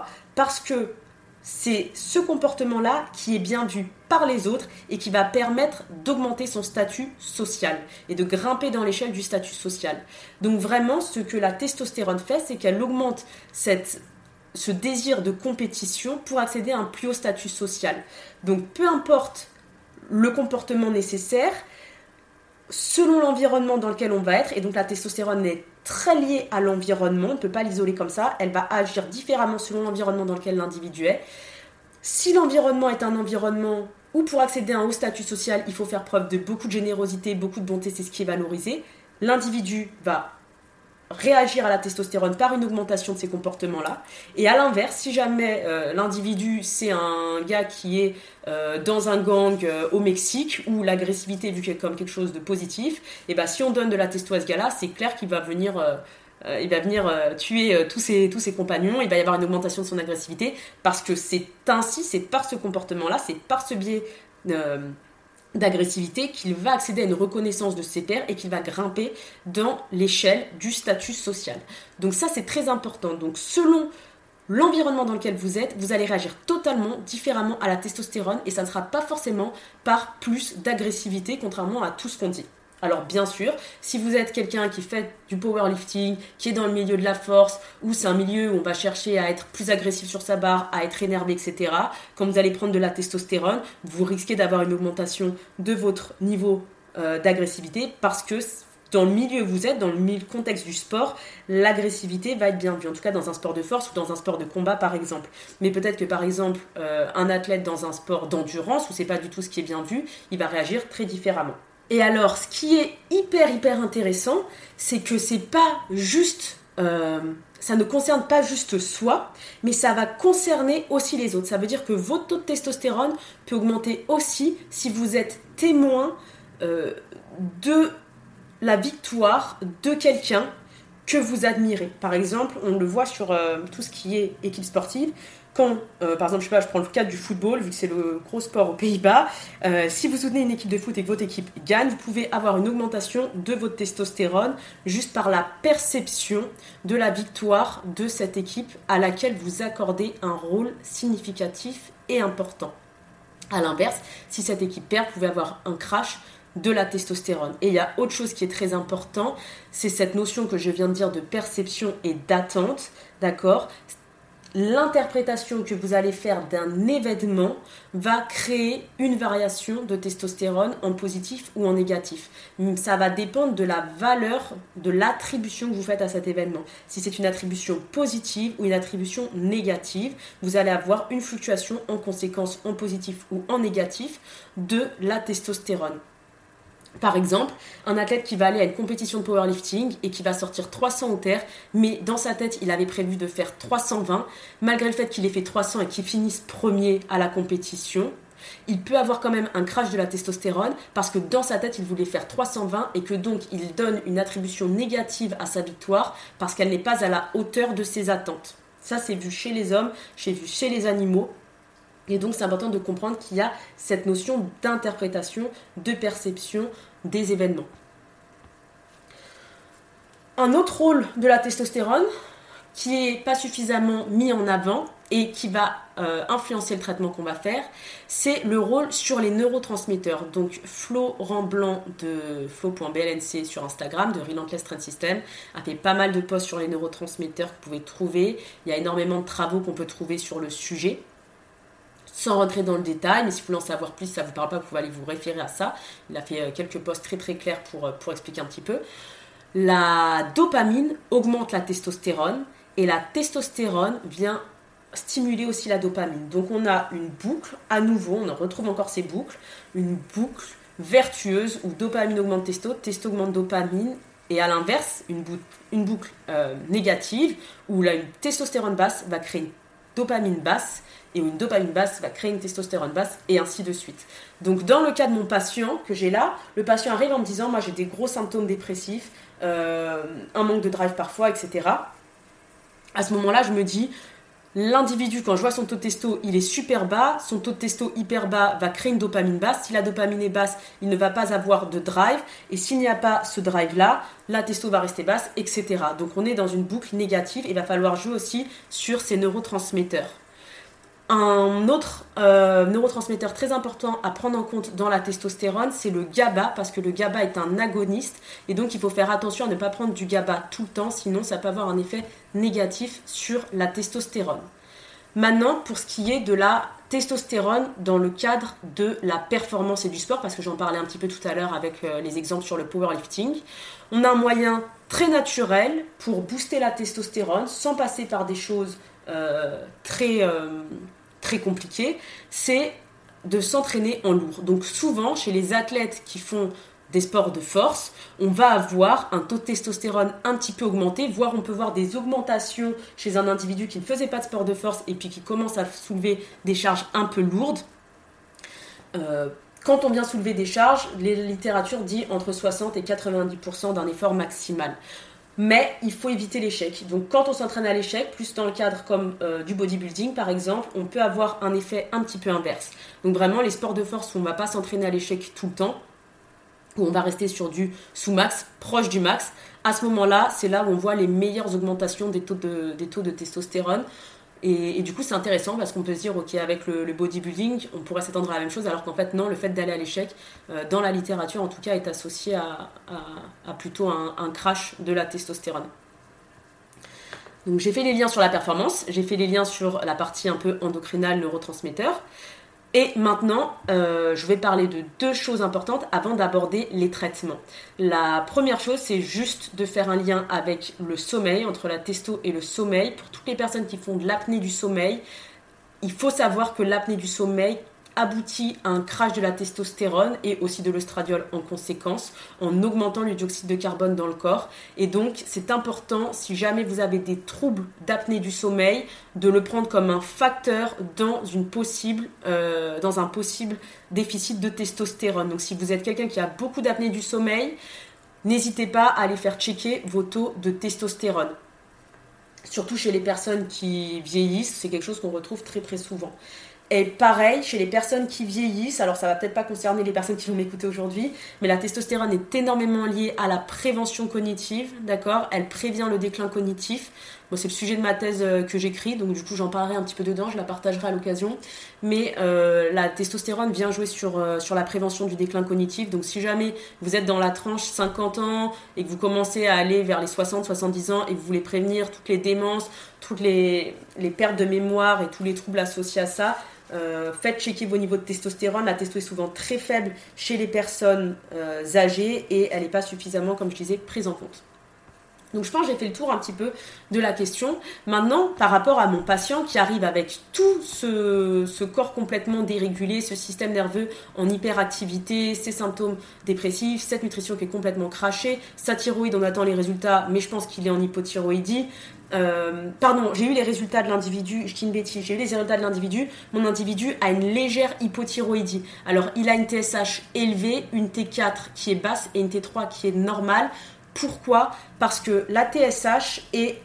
Parce que c'est ce comportement-là qui est bien vu par les autres et qui va permettre d'augmenter son statut social et de grimper dans l'échelle du statut social. Donc vraiment, ce que la testostérone fait, c'est qu'elle augmente ce désir de compétition pour accéder à un plus haut statut social. Donc peu importe le comportement nécessaire, selon l'environnement dans lequel on va être, et donc la testostérone est très liée à l'environnement, on ne peut pas l'isoler comme ça, elle va agir différemment selon l'environnement dans lequel l'individu est. Si l'environnement est un environnement où pour accéder à un haut statut social, il faut faire preuve de beaucoup de générosité, beaucoup de bonté, c'est ce qui est valorisé, l'individu va réagir à la testostérone par une augmentation de ces comportements-là. Et à l'inverse, si jamais l'individu, c'est un gars qui est dans un gang au Mexique, où l'agressivité est vue comme quelque chose de positif, et ben si on donne de la testo à ce gars-là, c'est clair qu'il va venir... tuer tous ses compagnons, il va y avoir une augmentation de son agressivité, parce que c'est par ce comportement-là, c'est par ce biais d'agressivité qu'il va accéder à une reconnaissance de ses pairs et qu'il va grimper dans l'échelle du statut social. Donc ça, c'est très important. Donc selon l'environnement dans lequel vous êtes, vous allez réagir totalement différemment à la testostérone et ça ne sera pas forcément par plus d'agressivité, contrairement à tout ce qu'on dit. Alors bien sûr, si vous êtes quelqu'un qui fait du powerlifting, qui est dans le milieu de la force, où c'est un milieu où on va chercher à être plus agressif sur sa barre, à être énervé, etc., quand vous allez prendre de la testostérone, vous risquez d'avoir une augmentation de votre niveau d'agressivité parce que dans le milieu où vous êtes, dans le contexte du sport, l'agressivité va être bien vue, en tout cas dans un sport de force ou dans un sport de combat par exemple. Mais peut-être que par exemple, un athlète dans un sport d'endurance, où c'est pas du tout ce qui est bien vu, il va réagir très différemment. Et alors, ce qui est hyper intéressant, c'est que c'est pas juste, ça ne concerne pas juste soi, mais ça va concerner aussi les autres. Ça veut dire que votre taux de testostérone peut augmenter aussi si vous êtes témoin de la victoire de quelqu'un que vous admirez. Par exemple, on le voit sur tout ce qui est équipe sportive. Quand, par exemple, je prends le cadre du football, vu que c'est le gros sport aux Pays-Bas, si vous soutenez une équipe de foot et que votre équipe gagne, vous pouvez avoir une augmentation de votre testostérone juste par la perception de la victoire de cette équipe à laquelle vous accordez un rôle significatif et important. À l'inverse, si cette équipe perd, vous pouvez avoir un crash de la testostérone. Et il y a autre chose qui est très important, c'est cette notion que je viens de dire de perception et d'attente, d'accord ? L'interprétation que vous allez faire d'un événement va créer une variation de testostérone en positif ou en négatif. Ça va dépendre de la valeur, de l'attribution que vous faites à cet événement. Si c'est une attribution positive ou une attribution négative, vous allez avoir une fluctuation en conséquence en positif ou en négatif de la testostérone. Par exemple, un athlète qui va aller à une compétition de powerlifting et qui va sortir 300 haltères, mais dans sa tête, il avait prévu de faire 320. Malgré le fait qu'il ait fait 300 et qu'il finisse premier à la compétition, il peut avoir quand même un crash de la testostérone parce que dans sa tête, il voulait faire 320 et que donc il donne une attribution négative à sa victoire parce qu'elle n'est pas à la hauteur de ses attentes. Ça, c'est vu chez les hommes, c'est vu chez les animaux. Et donc, c'est important de comprendre qu'il y a cette notion d'interprétation, de perception des événements. Un autre rôle de la testostérone qui n'est pas suffisamment mis en avant et qui va influencer le traitement qu'on va faire, c'est le rôle sur les neurotransmetteurs. Donc, Florent Blanc de flow.blnc sur Instagram, de Relentless Trend System, a fait pas mal de posts sur les neurotransmetteurs que vous pouvez trouver. Il y a énormément de travaux qu'on peut trouver sur le sujet. Sans rentrer dans le détail, mais si vous voulez en savoir plus, ça ne vous parle pas, vous pouvez aller vous référer à ça. Il a fait quelques posts très très clairs pour expliquer un petit peu. La dopamine augmente la testostérone et la testostérone vient stimuler aussi la dopamine. Donc on a une boucle, à nouveau, on en retrouve encore ces boucles, une boucle vertueuse où dopamine augmente testo augmente dopamine, et à l'inverse, une boucle négative où là, une testostérone basse va créer une dopamine basse, et une dopamine basse va créer une testostérone basse, et ainsi de suite. Donc dans le cas de mon patient que j'ai là, le patient arrive en me disant « moi j'ai des gros symptômes dépressifs, un manque de drive parfois, etc. » À ce moment-là, je me dis « l'individu, quand je vois son taux de testo, il est super bas, son taux de testo hyper bas va créer une dopamine basse. Si la dopamine est basse, il ne va pas avoir de drive, et s'il n'y a pas ce drive-là, la testo va rester basse, etc. » Donc on est dans une boucle négative, et il va falloir jouer aussi sur ces neurotransmetteurs. Un autre neurotransmetteur très important à prendre en compte dans la testostérone, c'est le GABA, parce que le GABA est un agoniste, et donc il faut faire attention à ne pas prendre du GABA tout le temps, sinon ça peut avoir un effet négatif sur la testostérone. Maintenant, pour ce qui est de la testostérone dans le cadre de la performance et du sport, parce que j'en parlais un petit peu tout à l'heure avec les exemples sur le powerlifting, on a un moyen très naturel pour booster la testostérone sans passer par des choses très compliqué, c'est de s'entraîner en lourd. Donc souvent, chez les athlètes qui font des sports de force, on va avoir un taux de testostérone un petit peu augmenté, voire on peut voir des augmentations chez un individu qui ne faisait pas de sport de force et puis qui commence à soulever des charges un peu lourdes. Quand on vient soulever des charges, la littérature dit entre 60 et 90% d'un effort maximal. Mais il faut éviter l'échec. Donc quand on s'entraîne à l'échec, plus dans le cadre comme du bodybuilding par exemple, on peut avoir un effet un petit peu inverse. Donc vraiment les sports de force où on ne va pas s'entraîner à l'échec tout le temps, où on va rester sur du sous-max, proche du max, à ce moment-là, c'est là où on voit les meilleures augmentations des taux de testostérone. Et du coup, c'est intéressant parce qu'on peut se dire, ok, avec le bodybuilding, on pourrait s'attendre à la même chose, alors qu'en fait, non, le fait d'aller à l'échec, dans la littérature en tout cas, est associé à plutôt un crash de la testostérone. Donc, j'ai fait les liens sur la performance, j'ai fait les liens sur la partie un peu endocrinale, neurotransmetteur. Et maintenant, je vais parler de deux choses importantes avant d'aborder les traitements. La première chose, c'est juste de faire un lien avec le sommeil, entre la testo et le sommeil. Pour toutes les personnes qui font de l'apnée du sommeil, il faut savoir que l'apnée du sommeil aboutit à un crash de la testostérone et aussi de l'œstradiol en conséquence, en augmentant le dioxyde de carbone dans le corps. Et donc, c'est important, si jamais vous avez des troubles d'apnée du sommeil, de le prendre comme un facteur dans un possible déficit de testostérone. Donc, si vous êtes quelqu'un qui a beaucoup d'apnée du sommeil, n'hésitez pas à aller faire checker vos taux de testostérone. Surtout chez les personnes qui vieillissent, c'est quelque chose qu'on retrouve très très souvent. Et pareil, chez les personnes qui vieillissent, alors ça va peut-être pas concerner les personnes qui vont m'écouter aujourd'hui, mais la testostérone est énormément liée à la prévention cognitive, d'accord ? Elle prévient le déclin cognitif. Bon, c'est le sujet de ma thèse que j'écris, donc du coup j'en parlerai un petit peu dedans, je la partagerai à l'occasion. Mais la testostérone vient jouer sur la prévention du déclin cognitif. Donc si jamais vous êtes dans la tranche 50 ans et que vous commencez à aller vers les 60-70 ans et que vous voulez prévenir toutes les démences, toutes les pertes de mémoire et tous les troubles associés à ça, faites checker vos niveaux de testostérone. La testo est souvent très faible chez les personnes âgées et elle n'est pas suffisamment, comme je disais, prise en compte. Donc je pense que j'ai fait le tour un petit peu de la question. Maintenant, par rapport à mon patient qui arrive avec tout ce corps complètement dérégulé, ce système nerveux en hyperactivité, ses symptômes dépressifs, cette nutrition qui est complètement crachée, sa thyroïde, on attend les résultats, mais je pense qu'il est en hypothyroïdie. J'ai eu les résultats de l'individu, je dis une bêtise, j'ai eu les résultats de l'individu, mon individu a une légère hypothyroïdie. Alors il a une TSH élevée, une T4 qui est basse et une T3 qui est normale. Pourquoi ? Parce que la TSH est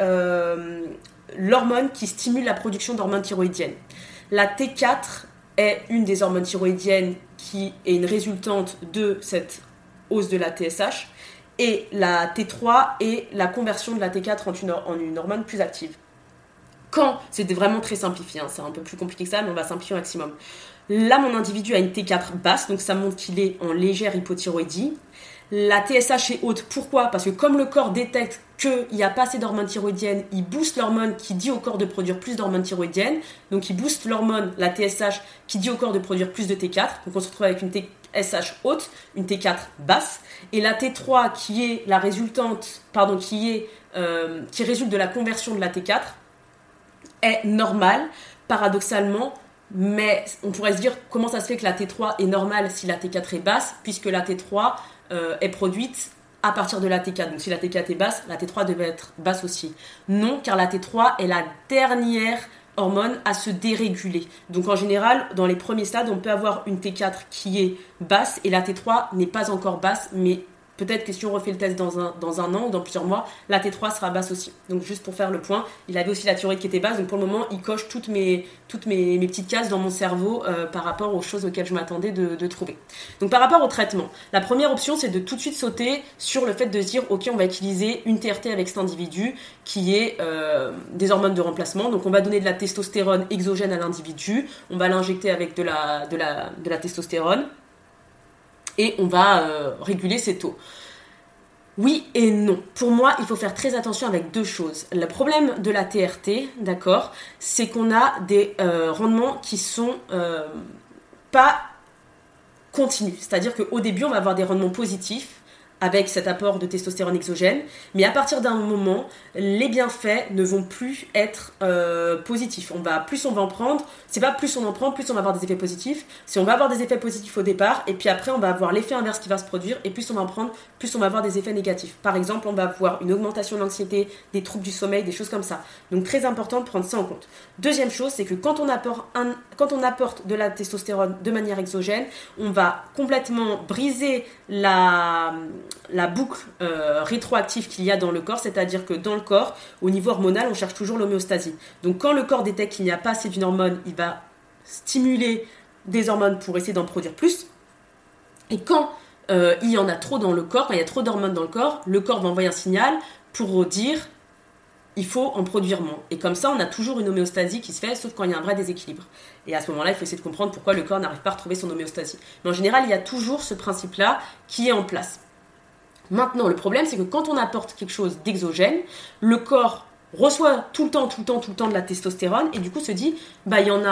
l'hormone qui stimule la production d'hormones thyroïdiennes. La T4 est une des hormones thyroïdiennes qui est une résultante de cette hausse de la TSH. Et la T3 est la conversion de la T4 en une hormone plus active. Quand, c'est vraiment très simplifié, c'est un peu plus compliqué que ça, mais on va simplifier au maximum. Là, mon individu a une T4 basse, donc ça montre qu'il est en légère hypothyroïdie. La TSH est haute. Pourquoi ? Parce que comme le corps détecte qu'il n'y a pas assez d'hormones thyroïdiennes, il booste l'hormone qui dit au corps de produire plus d'hormones thyroïdiennes. Donc il booste l'hormone, la TSH, qui dit au corps de produire plus de T4. Donc on se retrouve avec une TSH haute, une T4 basse. Et la T3 qui est la résultante, qui résulte de la conversion de la T4 est normale, paradoxalement. Mais on pourrait se dire comment ça se fait que la T3 est normale si la T4 est basse, puisque la T3 est produite à partir de la T4. Donc si la T4 est basse, la T3 devait être basse aussi. Non, car la T3 est la dernière hormone à se déréguler. Donc en général, dans les premiers stades, on peut avoir une T4 qui est basse et la T3 n'est pas encore basse, mais peut-être que si on refait le test dans un an ou dans plusieurs mois, la T3 sera basse aussi. Donc juste pour faire le point, il avait aussi la thyroïde qui était basse. Donc pour le moment, il coche toutes mes petites cases dans mon cerveau par rapport aux choses auxquelles je m'attendais de trouver. Donc par rapport au traitement, la première option, c'est de tout de suite sauter sur le fait de se dire, ok, on va utiliser une TRT avec cet individu qui est des hormones de remplacement. Donc on va donner de la testostérone exogène à l'individu, on va l'injecter avec de la testostérone. Et on va réguler ses taux. Oui et non. Pour moi, il faut faire très attention avec deux choses. Le problème de la TRT, d'accord, c'est qu'on a des rendements qui sont pas continus. C'est-à-dire qu'au début, on va avoir des rendements positifs avec cet apport de testostérone exogène, mais à partir d'un moment, les bienfaits ne vont plus être positifs. Plus on va en prendre, c'est pas plus on en prend, plus on va avoir des effets positifs. C'est on va avoir des effets positifs au départ, et puis après on va avoir l'effet inverse qui va se produire, et plus on va en prendre, plus on va avoir des effets négatifs. Par exemple, on va avoir une augmentation de l'anxiété, des troubles du sommeil, des choses comme ça. Donc très important de prendre ça en compte. Deuxième chose, c'est que quand on apporte de la testostérone de manière exogène, on va complètement briser la boucle rétroactive qu'il y a dans le corps, c'est-à-dire que dans le corps, au niveau hormonal, on cherche toujours l'homéostasie. Donc quand le corps détecte qu'il n'y a pas assez d'une hormone, il va stimuler des hormones pour essayer d'en produire plus. Et quand il y en a trop dans le corps, quand il y a trop d'hormones dans le corps va envoyer un signal pour dire il faut en produire moins. Et comme ça, on a toujours une homéostasie qui se fait, sauf quand il y a un vrai déséquilibre. Et à ce moment-là, il faut essayer de comprendre pourquoi le corps n'arrive pas à retrouver son homéostasie. Mais en général, il y a toujours ce principe-là qui est en place. Maintenant, le problème, c'est que quand on apporte quelque chose d'exogène, le corps reçoit tout le temps de la testostérone et du coup se dit, il y en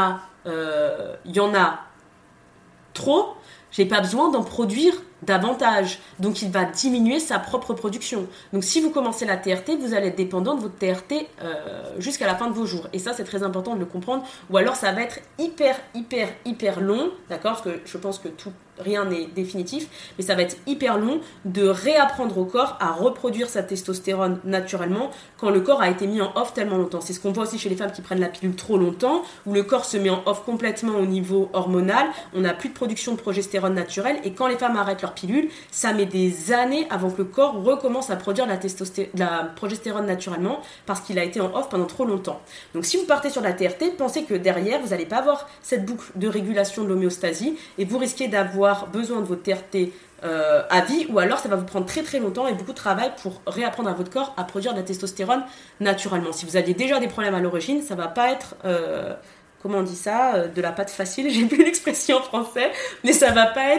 a trop, j'ai pas besoin d'en produire davantage. Donc, il va diminuer sa propre production. Donc, si vous commencez la TRT, vous allez être dépendant de votre TRT jusqu'à la fin de vos jours. Et ça, c'est très important de le comprendre. Ou alors, ça va être hyper long, d'accord ? Parce que je pense que rien n'est définitif, mais ça va être hyper long de réapprendre au corps à reproduire sa testostérone naturellement quand le corps a été mis en off tellement longtemps. C'est ce qu'on voit aussi chez les femmes qui prennent la pilule trop longtemps, où le corps se met en off complètement au niveau hormonal, on n'a plus de production de progestérone naturelle, et quand les femmes arrêtent leur pilule, ça met des années avant que le corps recommence à produire la progestérone naturellement, parce qu'il a été en off pendant trop longtemps. Donc si vous partez sur la TRT, pensez que derrière, vous n'allez pas avoir cette boucle de régulation de l'homéostasie, et vous risquez d'avoir besoin de votre TRT à vie, ou alors ça va vous prendre très très longtemps et beaucoup de travail pour réapprendre à votre corps à produire de la testostérone naturellement. Si vous aviez déjà des problèmes à l'origine, ça va pas être comment on dit ça, de la pâte facile, j'ai plus l'expression en français, mais ça va pas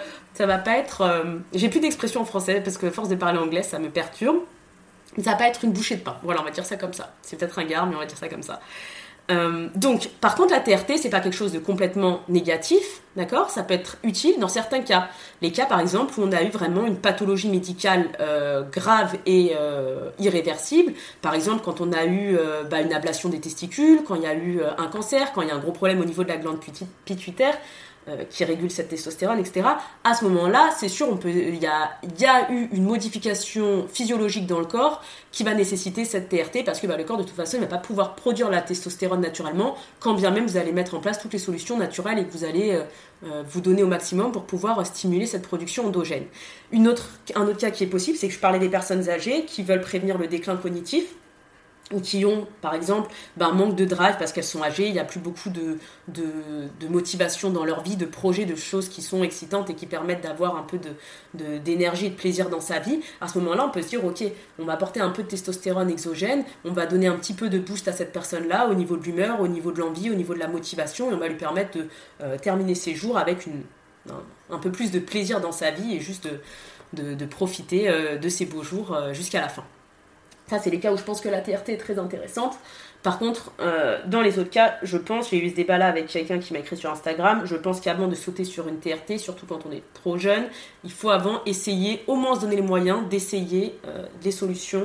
être j'ai plus d'expression en français parce que à force de parler anglais ça me perturbe. Ça va pas être une bouchée de pain, voilà, on va dire ça comme ça, c'est peut-être un gare mais on va dire ça comme ça. Donc, par contre, la TRT, c'est pas quelque chose de complètement négatif, d'accord ? Ça peut être utile dans certains cas. Les cas, par exemple, où on a eu vraiment une pathologie médicale grave et irréversible. Par exemple, quand on a eu une ablation des testicules, quand il y a eu un cancer, quand il y a un gros problème au niveau de la glande pituitaire, qui régule cette testostérone, etc. À ce moment-là, c'est sûr, il y a eu une modification physiologique dans le corps qui va nécessiter cette TRT parce que le corps, de toute façon, ne va pas pouvoir produire la testostérone naturellement, quand bien même vous allez mettre en place toutes les solutions naturelles et que vous allez vous donner au maximum pour pouvoir stimuler cette production endogène. Un autre cas qui est possible, c'est que je parlais des personnes âgées qui veulent prévenir le déclin cognitif, ou qui ont, par exemple, un manque de drive parce qu'elles sont âgées, il n'y a plus beaucoup de motivation dans leur vie, de projets, de choses qui sont excitantes et qui permettent d'avoir un peu d'énergie et de plaisir dans sa vie. À ce moment-là, on peut se dire, ok, on va apporter un peu de testostérone exogène, on va donner un petit peu de boost à cette personne-là au niveau de l'humeur, au niveau de l'envie, au niveau de la motivation, et on va lui permettre de terminer ses jours avec un peu plus de plaisir dans sa vie et juste de profiter de ces beaux jours jusqu'à la fin. Ça, c'est les cas où je pense que la TRT est très intéressante. Par contre, dans les autres cas, je pense, j'ai eu ce débat-là avec quelqu'un qui m'a écrit sur Instagram, je pense qu'avant de sauter sur une TRT, surtout quand on est trop jeune, il faut avant essayer, au moins se donner les moyens d'essayer des solutions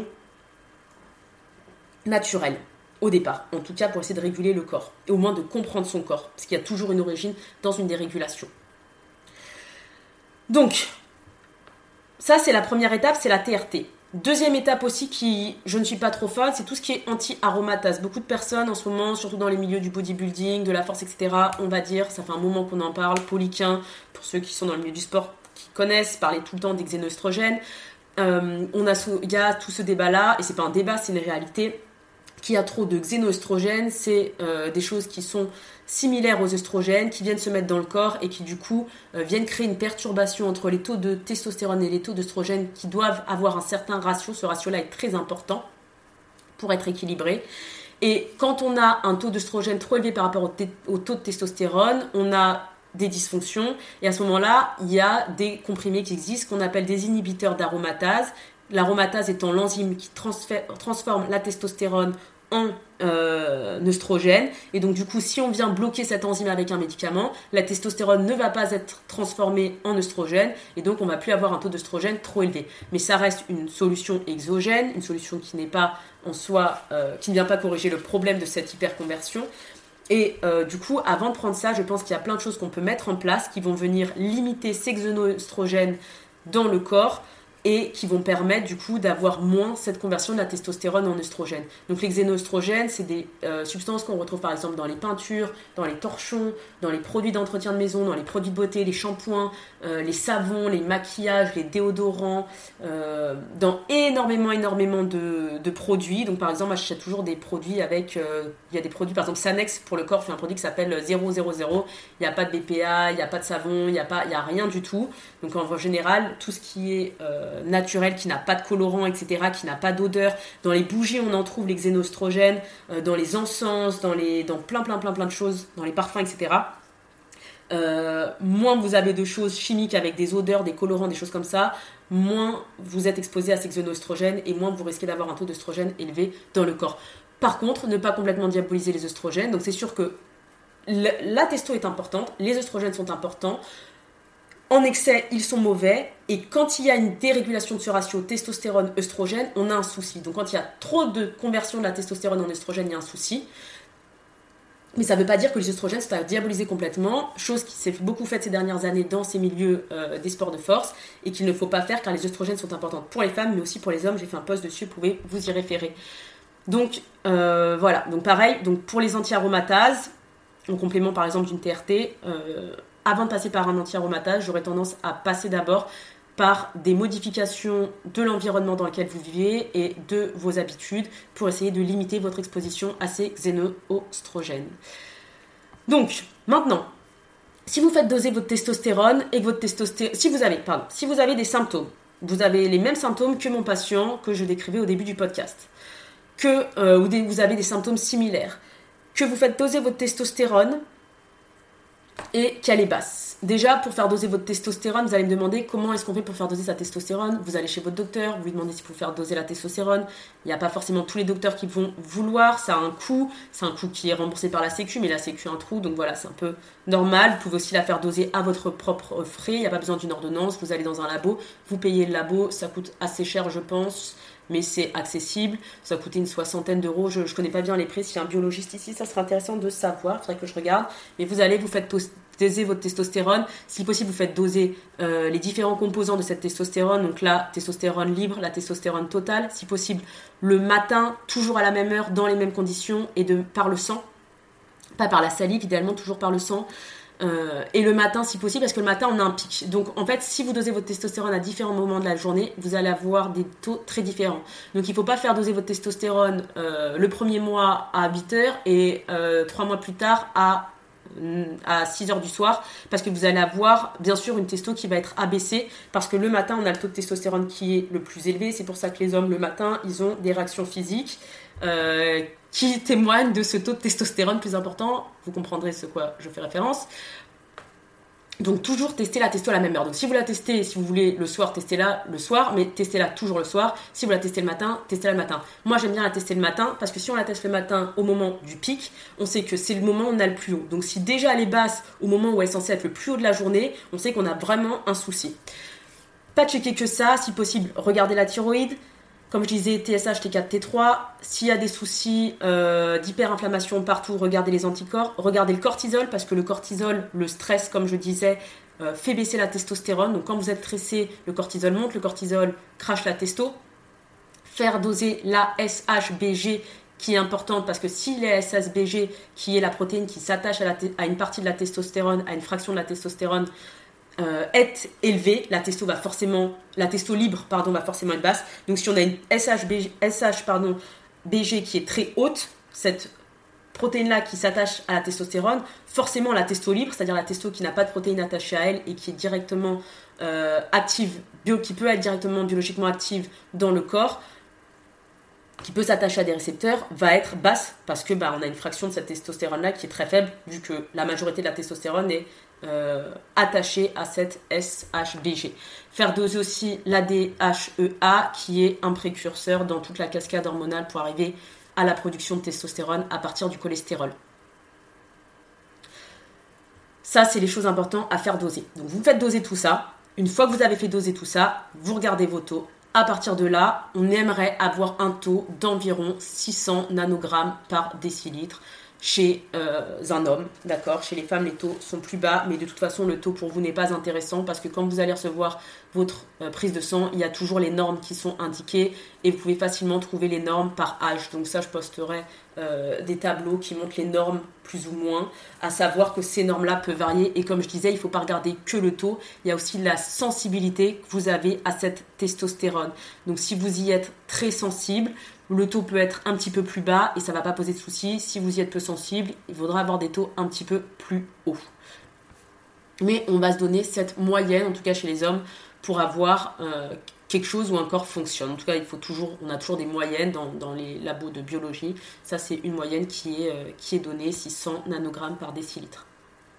naturelles, au départ. En tout cas, pour essayer de réguler le corps, et au moins de comprendre son corps, parce qu'il y a toujours une origine dans une dérégulation. Donc, ça, c'est la première étape, c'est la TRT. Deuxième étape aussi qui, je ne suis pas trop fan, c'est tout ce qui est anti-aromatase. Beaucoup de personnes en ce moment, surtout dans les milieux du bodybuilding, de la force, etc., on va dire, ça fait un moment qu'on en parle, Polyquin, pour ceux qui sont dans le milieu du sport, qui connaissent, parler tout le temps des xénoestrogènes. Il y a tout ce débat-là, et c'est pas un débat, c'est une réalité, qu'il y a trop de xénoestrogènes, c'est des choses qui sont similaires aux œstrogènes, qui viennent se mettre dans le corps et qui du coup viennent créer une perturbation entre les taux de testostérone et les taux d'œstrogène qui doivent avoir un certain ratio. Ce ratio-là est très important pour être équilibré. Et quand on a un taux d'œstrogène trop élevé par rapport au taux de testostérone, on a des dysfonctions. Et à ce moment-là, il y a des comprimés qui existent qu'on appelle des inhibiteurs d'aromatase. L'aromatase étant l'enzyme qui transforme la testostérone en œstrogène, et donc du coup si on vient bloquer cette enzyme avec un médicament, la testostérone ne va pas être transformée en œstrogène et donc on va plus avoir un taux d'œstrogène trop élevé. Mais ça reste une solution exogène, une solution qui n'est pas en soi, qui ne vient pas corriger le problème de cette hyperconversion. Et du coup, avant de prendre ça, je pense qu'il y a plein de choses qu'on peut mettre en place qui vont venir limiter ces xénoestrogènes dans le corps et qui vont permettre du coup d'avoir moins cette conversion de la testostérone en œstrogène. Donc les xénoestrogènes, c'est des substances qu'on retrouve par exemple dans les peintures, dans les torchons, dans les produits d'entretien de maison, dans les produits de beauté, les shampoings, les savons, les maquillages, les déodorants, dans énormément de produits. Donc par exemple, moi j'achète toujours des produits avec, il y a des produits, par exemple Sanex pour le corps fait un produit qui s'appelle 000, il n'y a pas de BPA, il n'y a pas de savon, il n'y a rien du tout. Donc en général, tout ce qui est naturel, qui n'a pas de colorant, etc., qui n'a pas d'odeur. Dans les bougies, on en trouve les xénoestrogènes, dans les encens, dans plein de choses, dans les parfums, etc. Moins vous avez de choses chimiques avec des odeurs, des colorants, des choses comme ça, moins vous êtes exposé à ces xénoestrogènes et moins vous risquez d'avoir un taux d'œstrogène élevé dans le corps. Par contre, ne pas complètement diaboliser les œstrogènes. Donc c'est sûr que la testo est importante, les œstrogènes sont importants. En excès, ils sont mauvais, et quand il y a une dérégulation de ce ratio testostérone-œstrogène, on a un souci. Donc quand il y a trop de conversion de la testostérone en œstrogène, il y a un souci. Mais ça ne veut pas dire que les oestrogènes sont à diaboliser complètement, chose qui s'est beaucoup faite ces dernières années dans ces milieux des sports de force et qu'il ne faut pas faire car les oestrogènes sont importants pour les femmes mais aussi pour les hommes. J'ai fait un post dessus, vous pouvez vous y référer. Donc voilà, donc pareil, donc pour les anti-aromatases, en complément par exemple d'une TRT, avant de passer par un anti-aromatase, j'aurais tendance à passer d'abord par des modifications de l'environnement dans lequel vous vivez et de vos habitudes pour essayer de limiter votre exposition à ces xénoœstrogènes. Donc, maintenant, si vous faites doser votre testostérone et que votre testostérone... Si vous avez des symptômes, vous avez les mêmes symptômes que mon patient que je décrivais au début du podcast, ou vous avez des symptômes similaires, que vous faites doser votre testostérone et qu'elle est basse. Déjà, pour faire doser votre testostérone, vous allez me demander comment est-ce qu'on fait pour faire doser sa testostérone. Vous allez chez votre docteur, vous lui demandez s'il faut faire doser la testostérone. Il n'y a pas forcément tous les docteurs qui vont vouloir, ça a un coût. C'est un coût qui est remboursé par la Sécu, mais la Sécu a un trou, donc voilà, c'est un peu normal. Vous pouvez aussi la faire doser à votre propre frais, il n'y a pas besoin d'une ordonnance. Vous allez dans un labo, vous payez le labo, ça coûte assez cher je pense, mais c'est accessible. Ça coûtait une 60aine d'euros, je connais pas bien les prix. S'il y a un biologiste ici, ça serait intéressant de savoir, il faudrait que je regarde. Mais vous faites doser votre testostérone. Si possible, vous faites doser les différents composants de cette testostérone. Donc la testostérone libre, la testostérone totale. Si possible, le matin, toujours à la même heure, dans les mêmes conditions et par le sang. Pas par la salive, idéalement toujours par le sang. Et le matin si possible, parce que le matin on a un pic. Donc en fait, si vous dosez votre testostérone à différents moments de la journée, vous allez avoir des taux très différents. Donc il ne faut pas faire doser votre testostérone le premier mois à 8h et 3 mois plus tard à 6h du soir, parce que vous allez avoir bien sûr une testo qui va être abaissée, parce que le matin on a le taux de testostérone qui est le plus élevé. C'est pour ça que les hommes le matin ils ont des réactions physiques qui témoignent de ce taux de testostérone plus important. Vous comprendrez ce quoi je fais référence. Donc toujours tester la testo à la même heure. Donc si vous la testez, si vous voulez le soir, testez-la le soir, mais testez-la toujours le soir. Si vous la testez le matin, testez-la le matin. Moi j'aime bien la tester le matin, parce que si on la teste le matin au moment du pic, on sait que c'est le moment où on a le plus haut. Donc si déjà elle est basse au moment où elle est censée être le plus haut de la journée, on sait qu'on a vraiment un souci. Pas checker que ça, si possible, regardez la thyroïde. Comme je disais, TSH, T4, T3. S'il y a des soucis d'hyperinflammation partout, regardez les anticorps. Regardez le cortisol, parce que le cortisol, le stress, comme je disais, fait baisser la testostérone. Donc quand vous êtes stressé, le cortisol monte, le cortisol crache la testo. Faire doser la SHBG, qui est importante, parce que si la SHBG, qui est la protéine qui s'attache à une partie de la testostérone, à une fraction de la testostérone, est élevée, la testo libre va forcément être basse. Donc si on a une BG qui est très haute, cette protéine-là qui s'attache à la testostérone, forcément la testo libre, c'est-à-dire la testo qui n'a pas de protéine attachée à elle et qui est directement active, qui peut être directement biologiquement active dans le corps, qui peut s'attacher à des récepteurs, va être basse, parce que on a une fraction de cette testostérone-là qui est très faible, vu que la majorité de la testostérone est attachée à cette SHBG. Faire doser aussi l'ADHEA, qui est un précurseur dans toute la cascade hormonale pour arriver à la production de testostérone à partir du cholestérol. Ça, c'est les choses importantes à faire doser. Donc vous faites doser tout ça. Une fois que vous avez fait doser tout ça, vous regardez vos taux. À partir de là, on aimerait avoir un taux d'environ 600 nanogrammes par décilitre chez un homme, d'accord. Chez les femmes, les taux sont plus bas, mais de toute façon, le taux pour vous n'est pas intéressant, parce que quand vous allez recevoir votre prise de sang, il y a toujours les normes qui sont indiquées et vous pouvez facilement trouver les normes par âge. Donc ça, je posterai des tableaux qui montrent les normes plus ou moins, à savoir que ces normes-là peuvent varier. Et comme je disais, il ne faut pas regarder que le taux, il y a aussi la sensibilité que vous avez à cette testostérone. Donc si vous y êtes très sensible, le taux peut être un petit peu plus bas et ça ne va pas poser de soucis. Si vous y êtes peu sensible, il faudra avoir des taux un petit peu plus hauts. Mais on va se donner cette moyenne, en tout cas chez les hommes, pour avoir quelque chose où un corps fonctionne. En tout cas, on a toujours des moyennes dans les labos de biologie. Ça, c'est une moyenne qui est donnée, 600 nanogrammes par décilitre.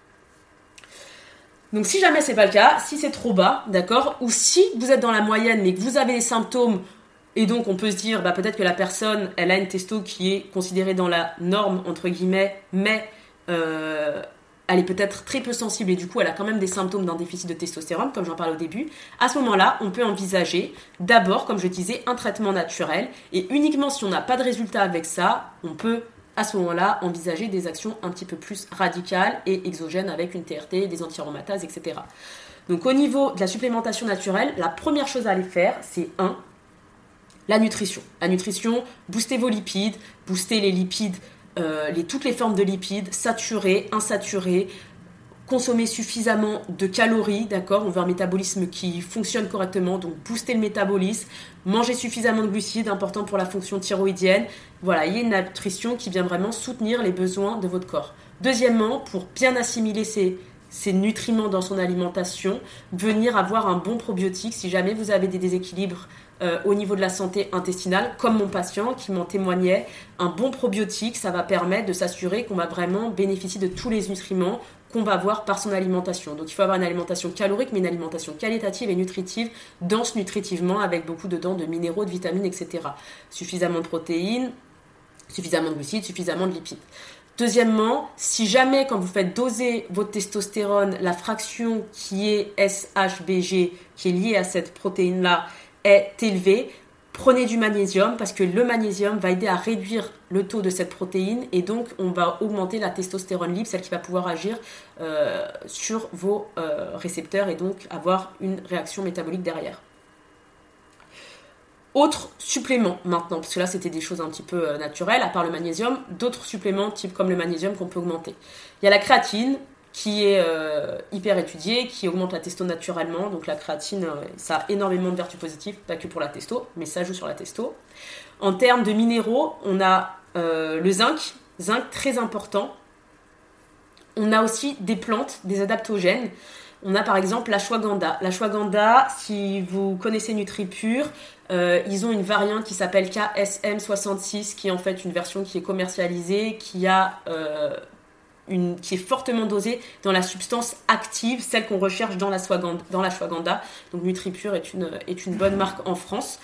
Donc si jamais c'est pas le cas, si c'est trop bas, d'accord, ou si vous êtes dans la moyenne mais que vous avez des symptômes, et donc on peut se dire peut-être que la personne elle a une testo qui est considérée dans la norme entre guillemets, mais elle est peut-être très peu sensible et du coup elle a quand même des symptômes d'un déficit de testostérone, comme j'en parlais au début. À ce moment-là, on peut envisager d'abord, comme je disais, un traitement naturel, et uniquement si on n'a pas de résultat avec ça, on peut à ce moment-là, envisager des actions un petit peu plus radicales et exogènes avec une TRT, des anti-aromatases, etc. Donc au niveau de la supplémentation naturelle, la première chose à aller faire, c'est la nutrition. La nutrition, booster vos lipides, booster les lipides, toutes les formes de lipides, saturés, insaturés, consommer suffisamment de calories, d'accord ? On veut un métabolisme qui fonctionne correctement, donc booster le métabolisme, manger suffisamment de glucides, important pour la fonction thyroïdienne. Voilà, il y a une nutrition qui vient vraiment soutenir les besoins de votre corps. Deuxièmement, pour bien assimiler ces nutriments dans son alimentation, venir avoir un bon probiotique si jamais vous avez des déséquilibres au niveau de la santé intestinale, comme mon patient qui m'en témoignait. Un bon probiotique, ça va permettre de s'assurer qu'on va vraiment bénéficier de tous les nutriments qu'on va avoir par son alimentation. Donc il faut avoir une alimentation calorique, mais une alimentation qualitative et nutritive, dense nutritivement, avec beaucoup dedans de minéraux, de vitamines, etc. Suffisamment de protéines, suffisamment de glucides, suffisamment de lipides. Deuxièmement, si jamais quand vous faites doser votre testostérone, la fraction qui est SHBG, qui est liée à cette protéine-là, est élevée, prenez du magnésium parce que le magnésium va aider à réduire le taux de cette protéine et donc on va augmenter la testostérone libre, celle qui va pouvoir agir sur vos récepteurs et donc avoir une réaction métabolique derrière. Autres suppléments maintenant, parce que là c'était des choses un petit peu naturelles, à part le magnésium, d'autres suppléments type comme le magnésium qu'on peut augmenter. Il y a la créatine qui est hyper étudiée, qui augmente la testo naturellement. Donc la créatine, ça a énormément de vertus positives, pas que pour la testo, mais ça joue sur la testo. En termes de minéraux, on a le zinc très important. On a aussi des plantes, des adaptogènes. On a par exemple l'ashwagandha. L'ashwagandha, si vous connaissez NutriPure, ils ont une variante qui s'appelle KSM66, qui est en fait une version qui est commercialisée, qui est fortement dosée dans la substance active, celle qu'on recherche dans l'ashwagandha. Donc NutriPure est une bonne marque en France.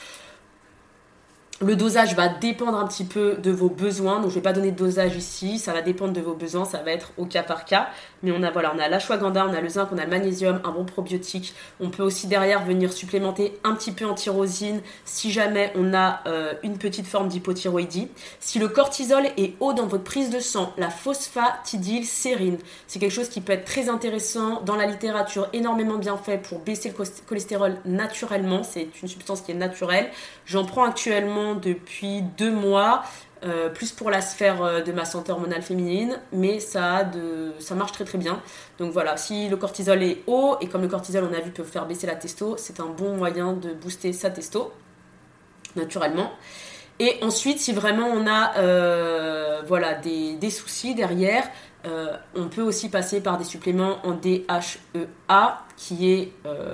Le dosage va dépendre un petit peu de vos besoins, donc je ne vais pas donner de dosage ici, ça va dépendre de vos besoins, ça va être au cas par cas. Mais on a l'ashwagandha, on a le zinc, on a le magnésium, un bon probiotique. On peut aussi derrière venir supplémenter un petit peu en tyrosine si jamais on a une petite forme d'hypothyroïdie. Si le cortisol est haut dans votre prise de sang, la phosphatidylsérine, c'est quelque chose qui peut être très intéressant dans la littérature, énormément bien fait pour baisser le cholestérol naturellement. C'est une substance qui est naturelle. J'en prends actuellement depuis 2 mois, plus pour la sphère de ma santé hormonale féminine, mais ça marche très très bien. Donc voilà, si le cortisol est haut, et comme le cortisol on a vu peut faire baisser la testo, c'est un bon moyen de booster sa testo, naturellement. Et ensuite, si vraiment on a des soucis derrière, on peut aussi passer par des suppléments en DHEA, qui est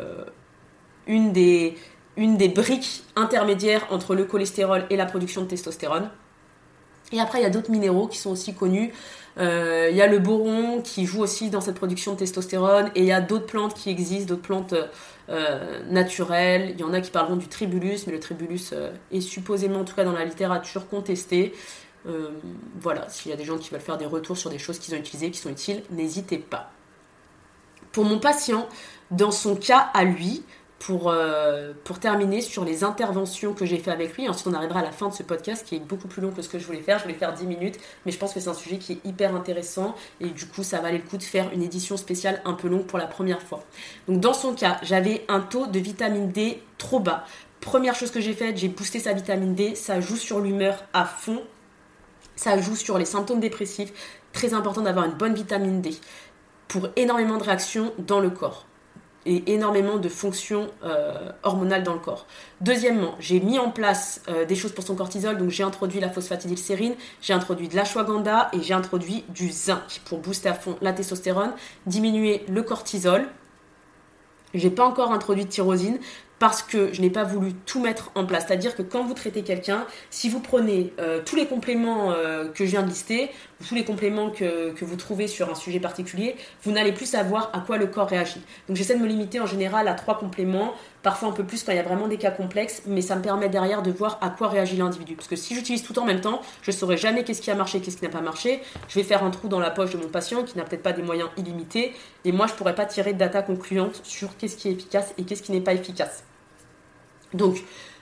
une des briques intermédiaires entre le cholestérol et la production de testostérone. Et après, il y a d'autres minéraux qui sont aussi connus. Il y a le boron qui joue aussi dans cette production de testostérone. Et il y a d'autres plantes qui existent, d'autres plantes naturelles. Il y en a qui parleront du tribulus, mais le tribulus est supposément, en tout cas dans la littérature, contesté. Voilà, s'il y a des gens qui veulent faire des retours sur des choses qu'ils ont utilisées, qui sont utiles, n'hésitez pas. Pour mon patient, dans son cas à lui, pour terminer sur les interventions que j'ai fait avec lui. Ensuite, on arrivera à la fin de ce podcast qui est beaucoup plus long que ce que je voulais faire. Je voulais faire 10 minutes, mais je pense que c'est un sujet qui est hyper intéressant et du coup, ça valait le coup de faire une édition spéciale un peu longue pour la première fois. Donc, dans son cas, j'avais un taux de vitamine D trop bas. Première chose que j'ai faite, j'ai boosté sa vitamine D. Ça joue sur l'humeur à fond. Ça joue sur les symptômes dépressifs. Très important d'avoir une bonne vitamine D pour énormément de réactions dans le corps et énormément de fonctions hormonales dans le corps. Deuxièmement, j'ai mis en place des choses pour son cortisol, donc j'ai introduit la phosphatidylsérine, j'ai introduit de l'ashwagandha et j'ai introduit du zinc pour booster à fond la testostérone, diminuer le cortisol. J'ai pas encore introduit de tyrosine parce que je n'ai pas voulu tout mettre en place. C'est-à-dire que quand vous traitez quelqu'un, si vous prenez tous les compléments que je viens de lister, tous les compléments que vous trouvez sur un sujet particulier, vous n'allez plus savoir à quoi le corps réagit. Donc j'essaie de me limiter en général à 3 compléments, parfois un peu plus quand il y a vraiment des cas complexes, mais ça me permet derrière de voir à quoi réagit l'individu. Parce que si j'utilise tout en même temps, je ne saurai jamais qu'est-ce qui a marché, qu'est-ce qui n'a pas marché. Je vais faire un trou dans la poche de mon patient qui n'a peut-être pas des moyens illimités, et moi je ne pourrais pas tirer de data concluante sur qu'est-ce qui est efficace et qu'est-ce qui n'est pas efficace. Donc,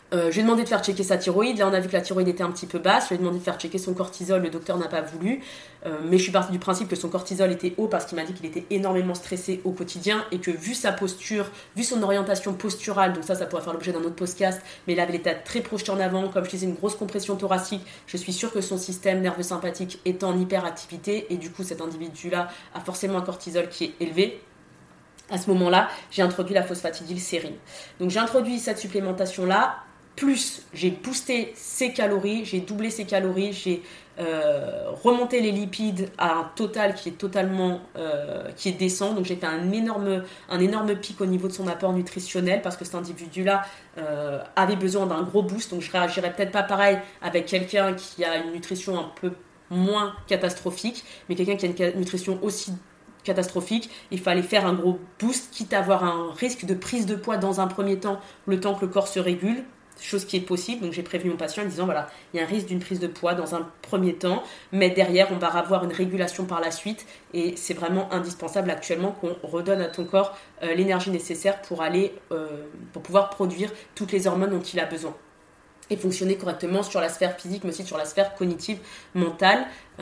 Je lui ai demandé de faire checker sa thyroïde. Là, on a vu que la thyroïde était un petit peu basse. Je lui ai demandé de faire checker son cortisol. Le docteur n'a pas voulu. Mais je suis partie du principe que son cortisol était haut parce qu'il m'a dit qu'il était énormément stressé au quotidien et que vu sa posture, vu son orientation posturale, donc ça pourrait faire l'objet d'un autre podcast, mais il avait les têtes très projetées en avant, comme je disais, une grosse compression thoracique. Je suis sûre que son système nerveux sympathique est en hyperactivité et du coup, cet individu-là a forcément un cortisol qui est élevé. À ce moment-là, j'ai introduit la phosphatidylsérine. Donc j'ai introduit cette supplémentation-là. Plus j'ai boosté ses calories, j'ai doublé ses calories, j'ai remonté les lipides à un total qui est totalement qui est décent. Donc j'ai fait un énorme pic au niveau de son apport nutritionnel parce que cet individu-là avait besoin d'un gros boost. Donc je réagirais peut-être pas pareil avec quelqu'un qui a une nutrition un peu moins catastrophique, mais quelqu'un qui a une nutrition aussi catastrophique, il fallait faire un gros boost, quitte à avoir un risque de prise de poids dans un premier temps, le temps que le corps se régule. Chose qui est possible, donc j'ai prévenu mon patient en disant voilà, il y a un risque d'une prise de poids dans un premier temps, mais derrière on va avoir une régulation par la suite et c'est vraiment indispensable actuellement qu'on redonne à ton corps l'énergie nécessaire pour pouvoir produire toutes les hormones dont il a besoin et fonctionner correctement sur la sphère physique mais aussi sur la sphère cognitive, mentale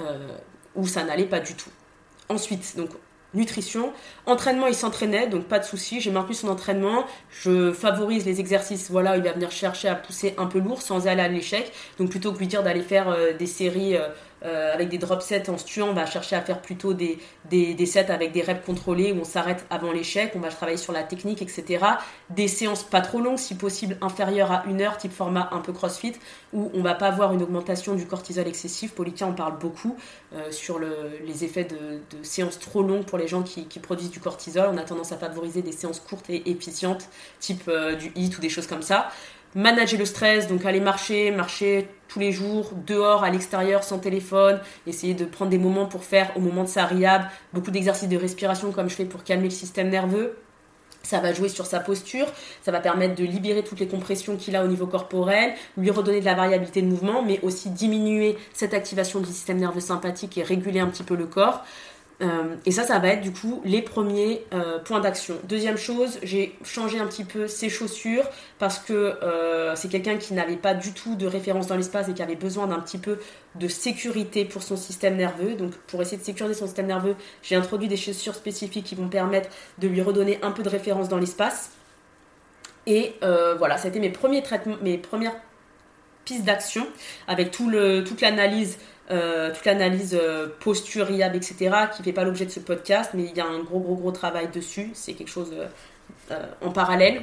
où ça n'allait pas du tout. Ensuite, donc nutrition, entraînement, il s'entraînait, donc pas de souci, j'ai maintenu son entraînement, je favorise les exercices, voilà, il va venir chercher à pousser un peu lourd sans aller à l'échec, donc plutôt que lui dire d'aller faire des séries avec des drop sets en se tuant, on va chercher à faire plutôt des sets avec des reps contrôlés où on s'arrête avant l'échec, on va travailler sur la technique, etc. Des séances pas trop longues, si possible inférieures à 1 heure, type format un peu crossfit, où on va pas avoir une augmentation du cortisol excessif. Paulica en parle beaucoup sur les effets de séances trop longues pour les gens qui produisent du cortisol. On a tendance à favoriser des séances courtes et efficientes, type du HIIT ou des choses comme ça. Manager le stress, donc aller marcher tous les jours, dehors, à l'extérieur, sans téléphone, essayer de prendre des moments pour faire, au moment de sa rehab, beaucoup d'exercices de respiration comme je fais pour calmer le système nerveux. Ça va jouer sur sa posture, ça va permettre de libérer toutes les compressions qu'il a au niveau corporel, lui redonner de la variabilité de mouvement, mais aussi diminuer cette activation du système nerveux sympathique et réguler un petit peu le corps. Et ça va être du coup les premiers points d'action. Deuxième chose, j'ai changé un petit peu ses chaussures parce que c'est quelqu'un qui n'avait pas du tout de référence dans l'espace et qui avait besoin d'un petit peu de sécurité pour son système nerveux. Donc pour essayer de sécuriser son système nerveux, j'ai introduit des chaussures spécifiques qui vont permettre de lui redonner un peu de référence dans l'espace. Et voilà, ça a été mes premières pistes d'action avec toute l'analyse posture, rehab, etc. qui ne fait pas l'objet de ce podcast, mais il y a un gros travail dessus. C'est quelque chose en parallèle.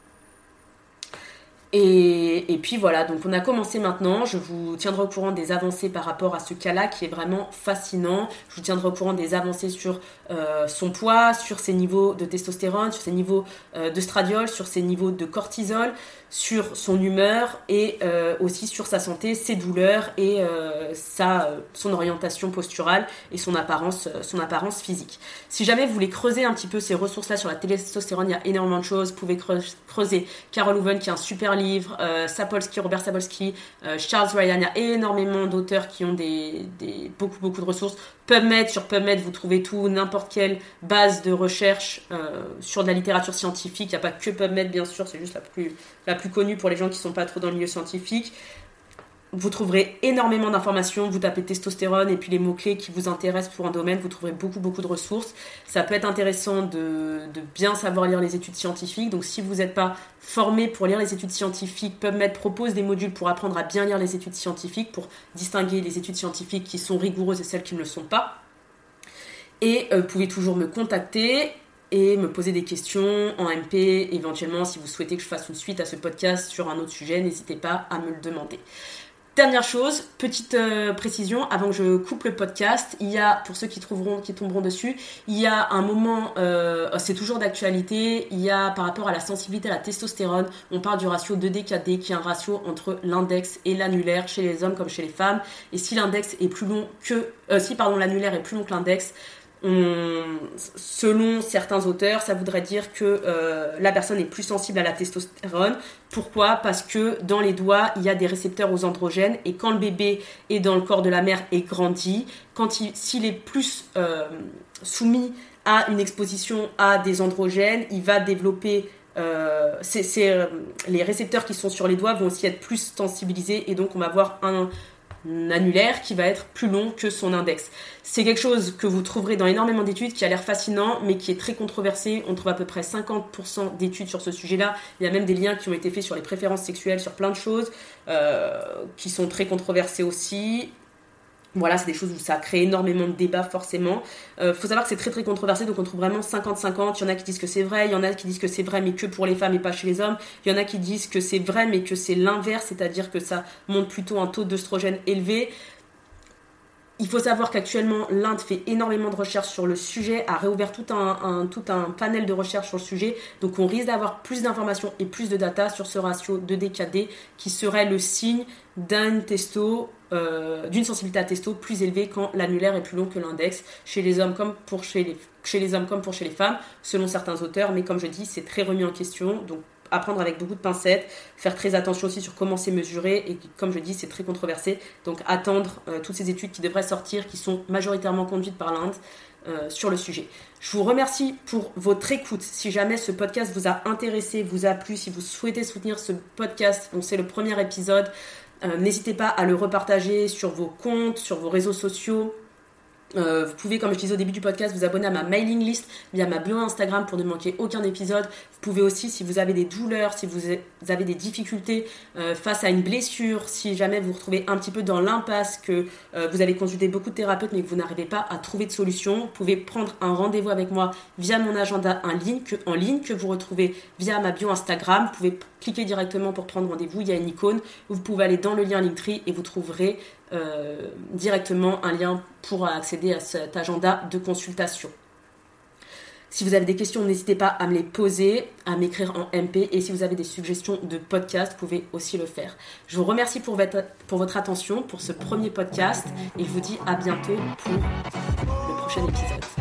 Et puis voilà, donc on a commencé maintenant. Je vous tiendrai au courant des avancées par rapport à ce cas-là qui est vraiment fascinant. Je vous tiendrai au courant des avancées sur son poids, sur ses niveaux de testostérone, sur ses niveaux d'œstradiol, sur ses niveaux de cortisol, sur son humeur et aussi sur sa santé, ses douleurs et son orientation posturale et son apparence physique. Si jamais vous voulez creuser un petit peu ces ressources-là sur la testostérone, il y a énormément de choses. Vous pouvez creuser Carol Hooven qui a un super livre, Robert Sapolsky, Charles Ryan, il y a énormément d'auteurs qui ont beaucoup de ressources. Sur PubMed, vous trouvez tout, n'importe quelle base de recherche sur de la littérature scientifique. Il n'y a pas que PubMed, bien sûr, c'est juste la plus connue pour les gens qui ne sont pas trop dans le milieu scientifique. Vous trouverez énormément d'informations, vous tapez testostérone et puis les mots-clés qui vous intéressent pour un domaine, vous trouverez beaucoup de ressources. Ça peut être intéressant de bien savoir lire les études scientifiques. Donc si vous n'êtes pas formé pour lire les études scientifiques, PubMed propose des modules pour apprendre à bien lire les études scientifiques, pour distinguer les études scientifiques qui sont rigoureuses et celles qui ne le sont pas. Et vous pouvez toujours me contacter et me poser des questions en MP. Éventuellement, si vous souhaitez que je fasse une suite à ce podcast sur un autre sujet, n'hésitez pas à me le demander. Dernière chose, petite précision, avant que je coupe le podcast, il y a, pour ceux qui tomberont dessus, il y a un moment, c'est toujours d'actualité, il y a par rapport à la sensibilité à la testostérone, on parle du ratio 2D-4D, qui est un ratio entre l'index et l'annulaire chez les hommes comme chez les femmes, et si l'annulaire est plus long que l'index, selon certains auteurs, ça voudrait dire que la personne est plus sensible à la testostérone. Pourquoi ? Parce que dans les doigts, il y a des récepteurs aux androgènes et quand le bébé est dans le corps de la mère et grandit, s'il est plus soumis à une exposition à des androgènes, il va développer les récepteurs qui sont sur les doigts vont aussi être plus sensibilisés et donc on va avoir un annulaire qui va être plus long que son index. C'est quelque chose que vous trouverez dans énormément d'études, qui a l'air fascinant, mais qui est très controversé. On trouve à peu près 50% d'études sur ce sujet-là. Il y a même des liens qui ont été faits sur les préférences sexuelles, sur plein de choses, qui sont très controversées aussi. Voilà, c'est des choses où ça crée énormément de débats forcément. Faut savoir que c'est très très controversé, donc on trouve vraiment 50-50. Il y en a qui disent que c'est vrai, il y en a qui disent que c'est vrai mais que pour les femmes et pas chez les hommes. Il y en a qui disent que c'est vrai mais que c'est l'inverse, c'est-à-dire que ça montre plutôt un taux d'œstrogène élevé. Il faut savoir qu'actuellement, l'Inde fait énormément de recherches sur le sujet, a réouvert tout un panel de recherches sur le sujet. Donc on risque d'avoir plus d'informations et plus de data sur ce ratio 2D-4D qui serait le signe d'une sensibilité à testo plus élevée quand l'annulaire est plus long que l'index, chez les hommes comme pour chez les hommes comme pour chez les femmes, selon certains auteurs. Mais comme je dis, c'est très remis en question. Donc apprendre avec beaucoup de pincettes, faire très attention aussi sur comment c'est mesuré et comme je dis c'est très controversé, donc attendre toutes ces études qui devraient sortir, qui sont majoritairement conduites par l'Inde sur le sujet. Je vous remercie pour votre écoute. Si jamais ce podcast vous a intéressé, vous a plu, si vous souhaitez soutenir ce podcast, donc c'est le premier épisode, n'hésitez pas à le repartager sur vos comptes, sur vos réseaux sociaux. Vous pouvez, comme je disais au début du podcast, vous abonner à ma mailing list via ma bio Instagram pour ne manquer aucun épisode. Vous pouvez aussi, si vous avez des douleurs, si vous avez des difficultés face à une blessure, si jamais vous vous retrouvez un petit peu dans l'impasse, que vous avez consulté beaucoup de thérapeutes mais que vous n'arrivez pas à trouver de solution, vous pouvez prendre un rendez-vous avec moi via mon agenda en ligne que vous retrouvez via ma bio Instagram. Vous pouvez cliquer directement pour prendre rendez-vous, il y a une icône, vous pouvez aller dans le lien Linktree et vous trouverez directement un lien pour accéder à cet agenda de consultation. Si vous avez des questions, n'hésitez pas à me les poser, à m'écrire en MP, et si vous avez des suggestions de podcast, vous pouvez aussi le faire. Je vous remercie pour votre attention pour ce premier podcast et je vous dis à bientôt pour le prochain épisode.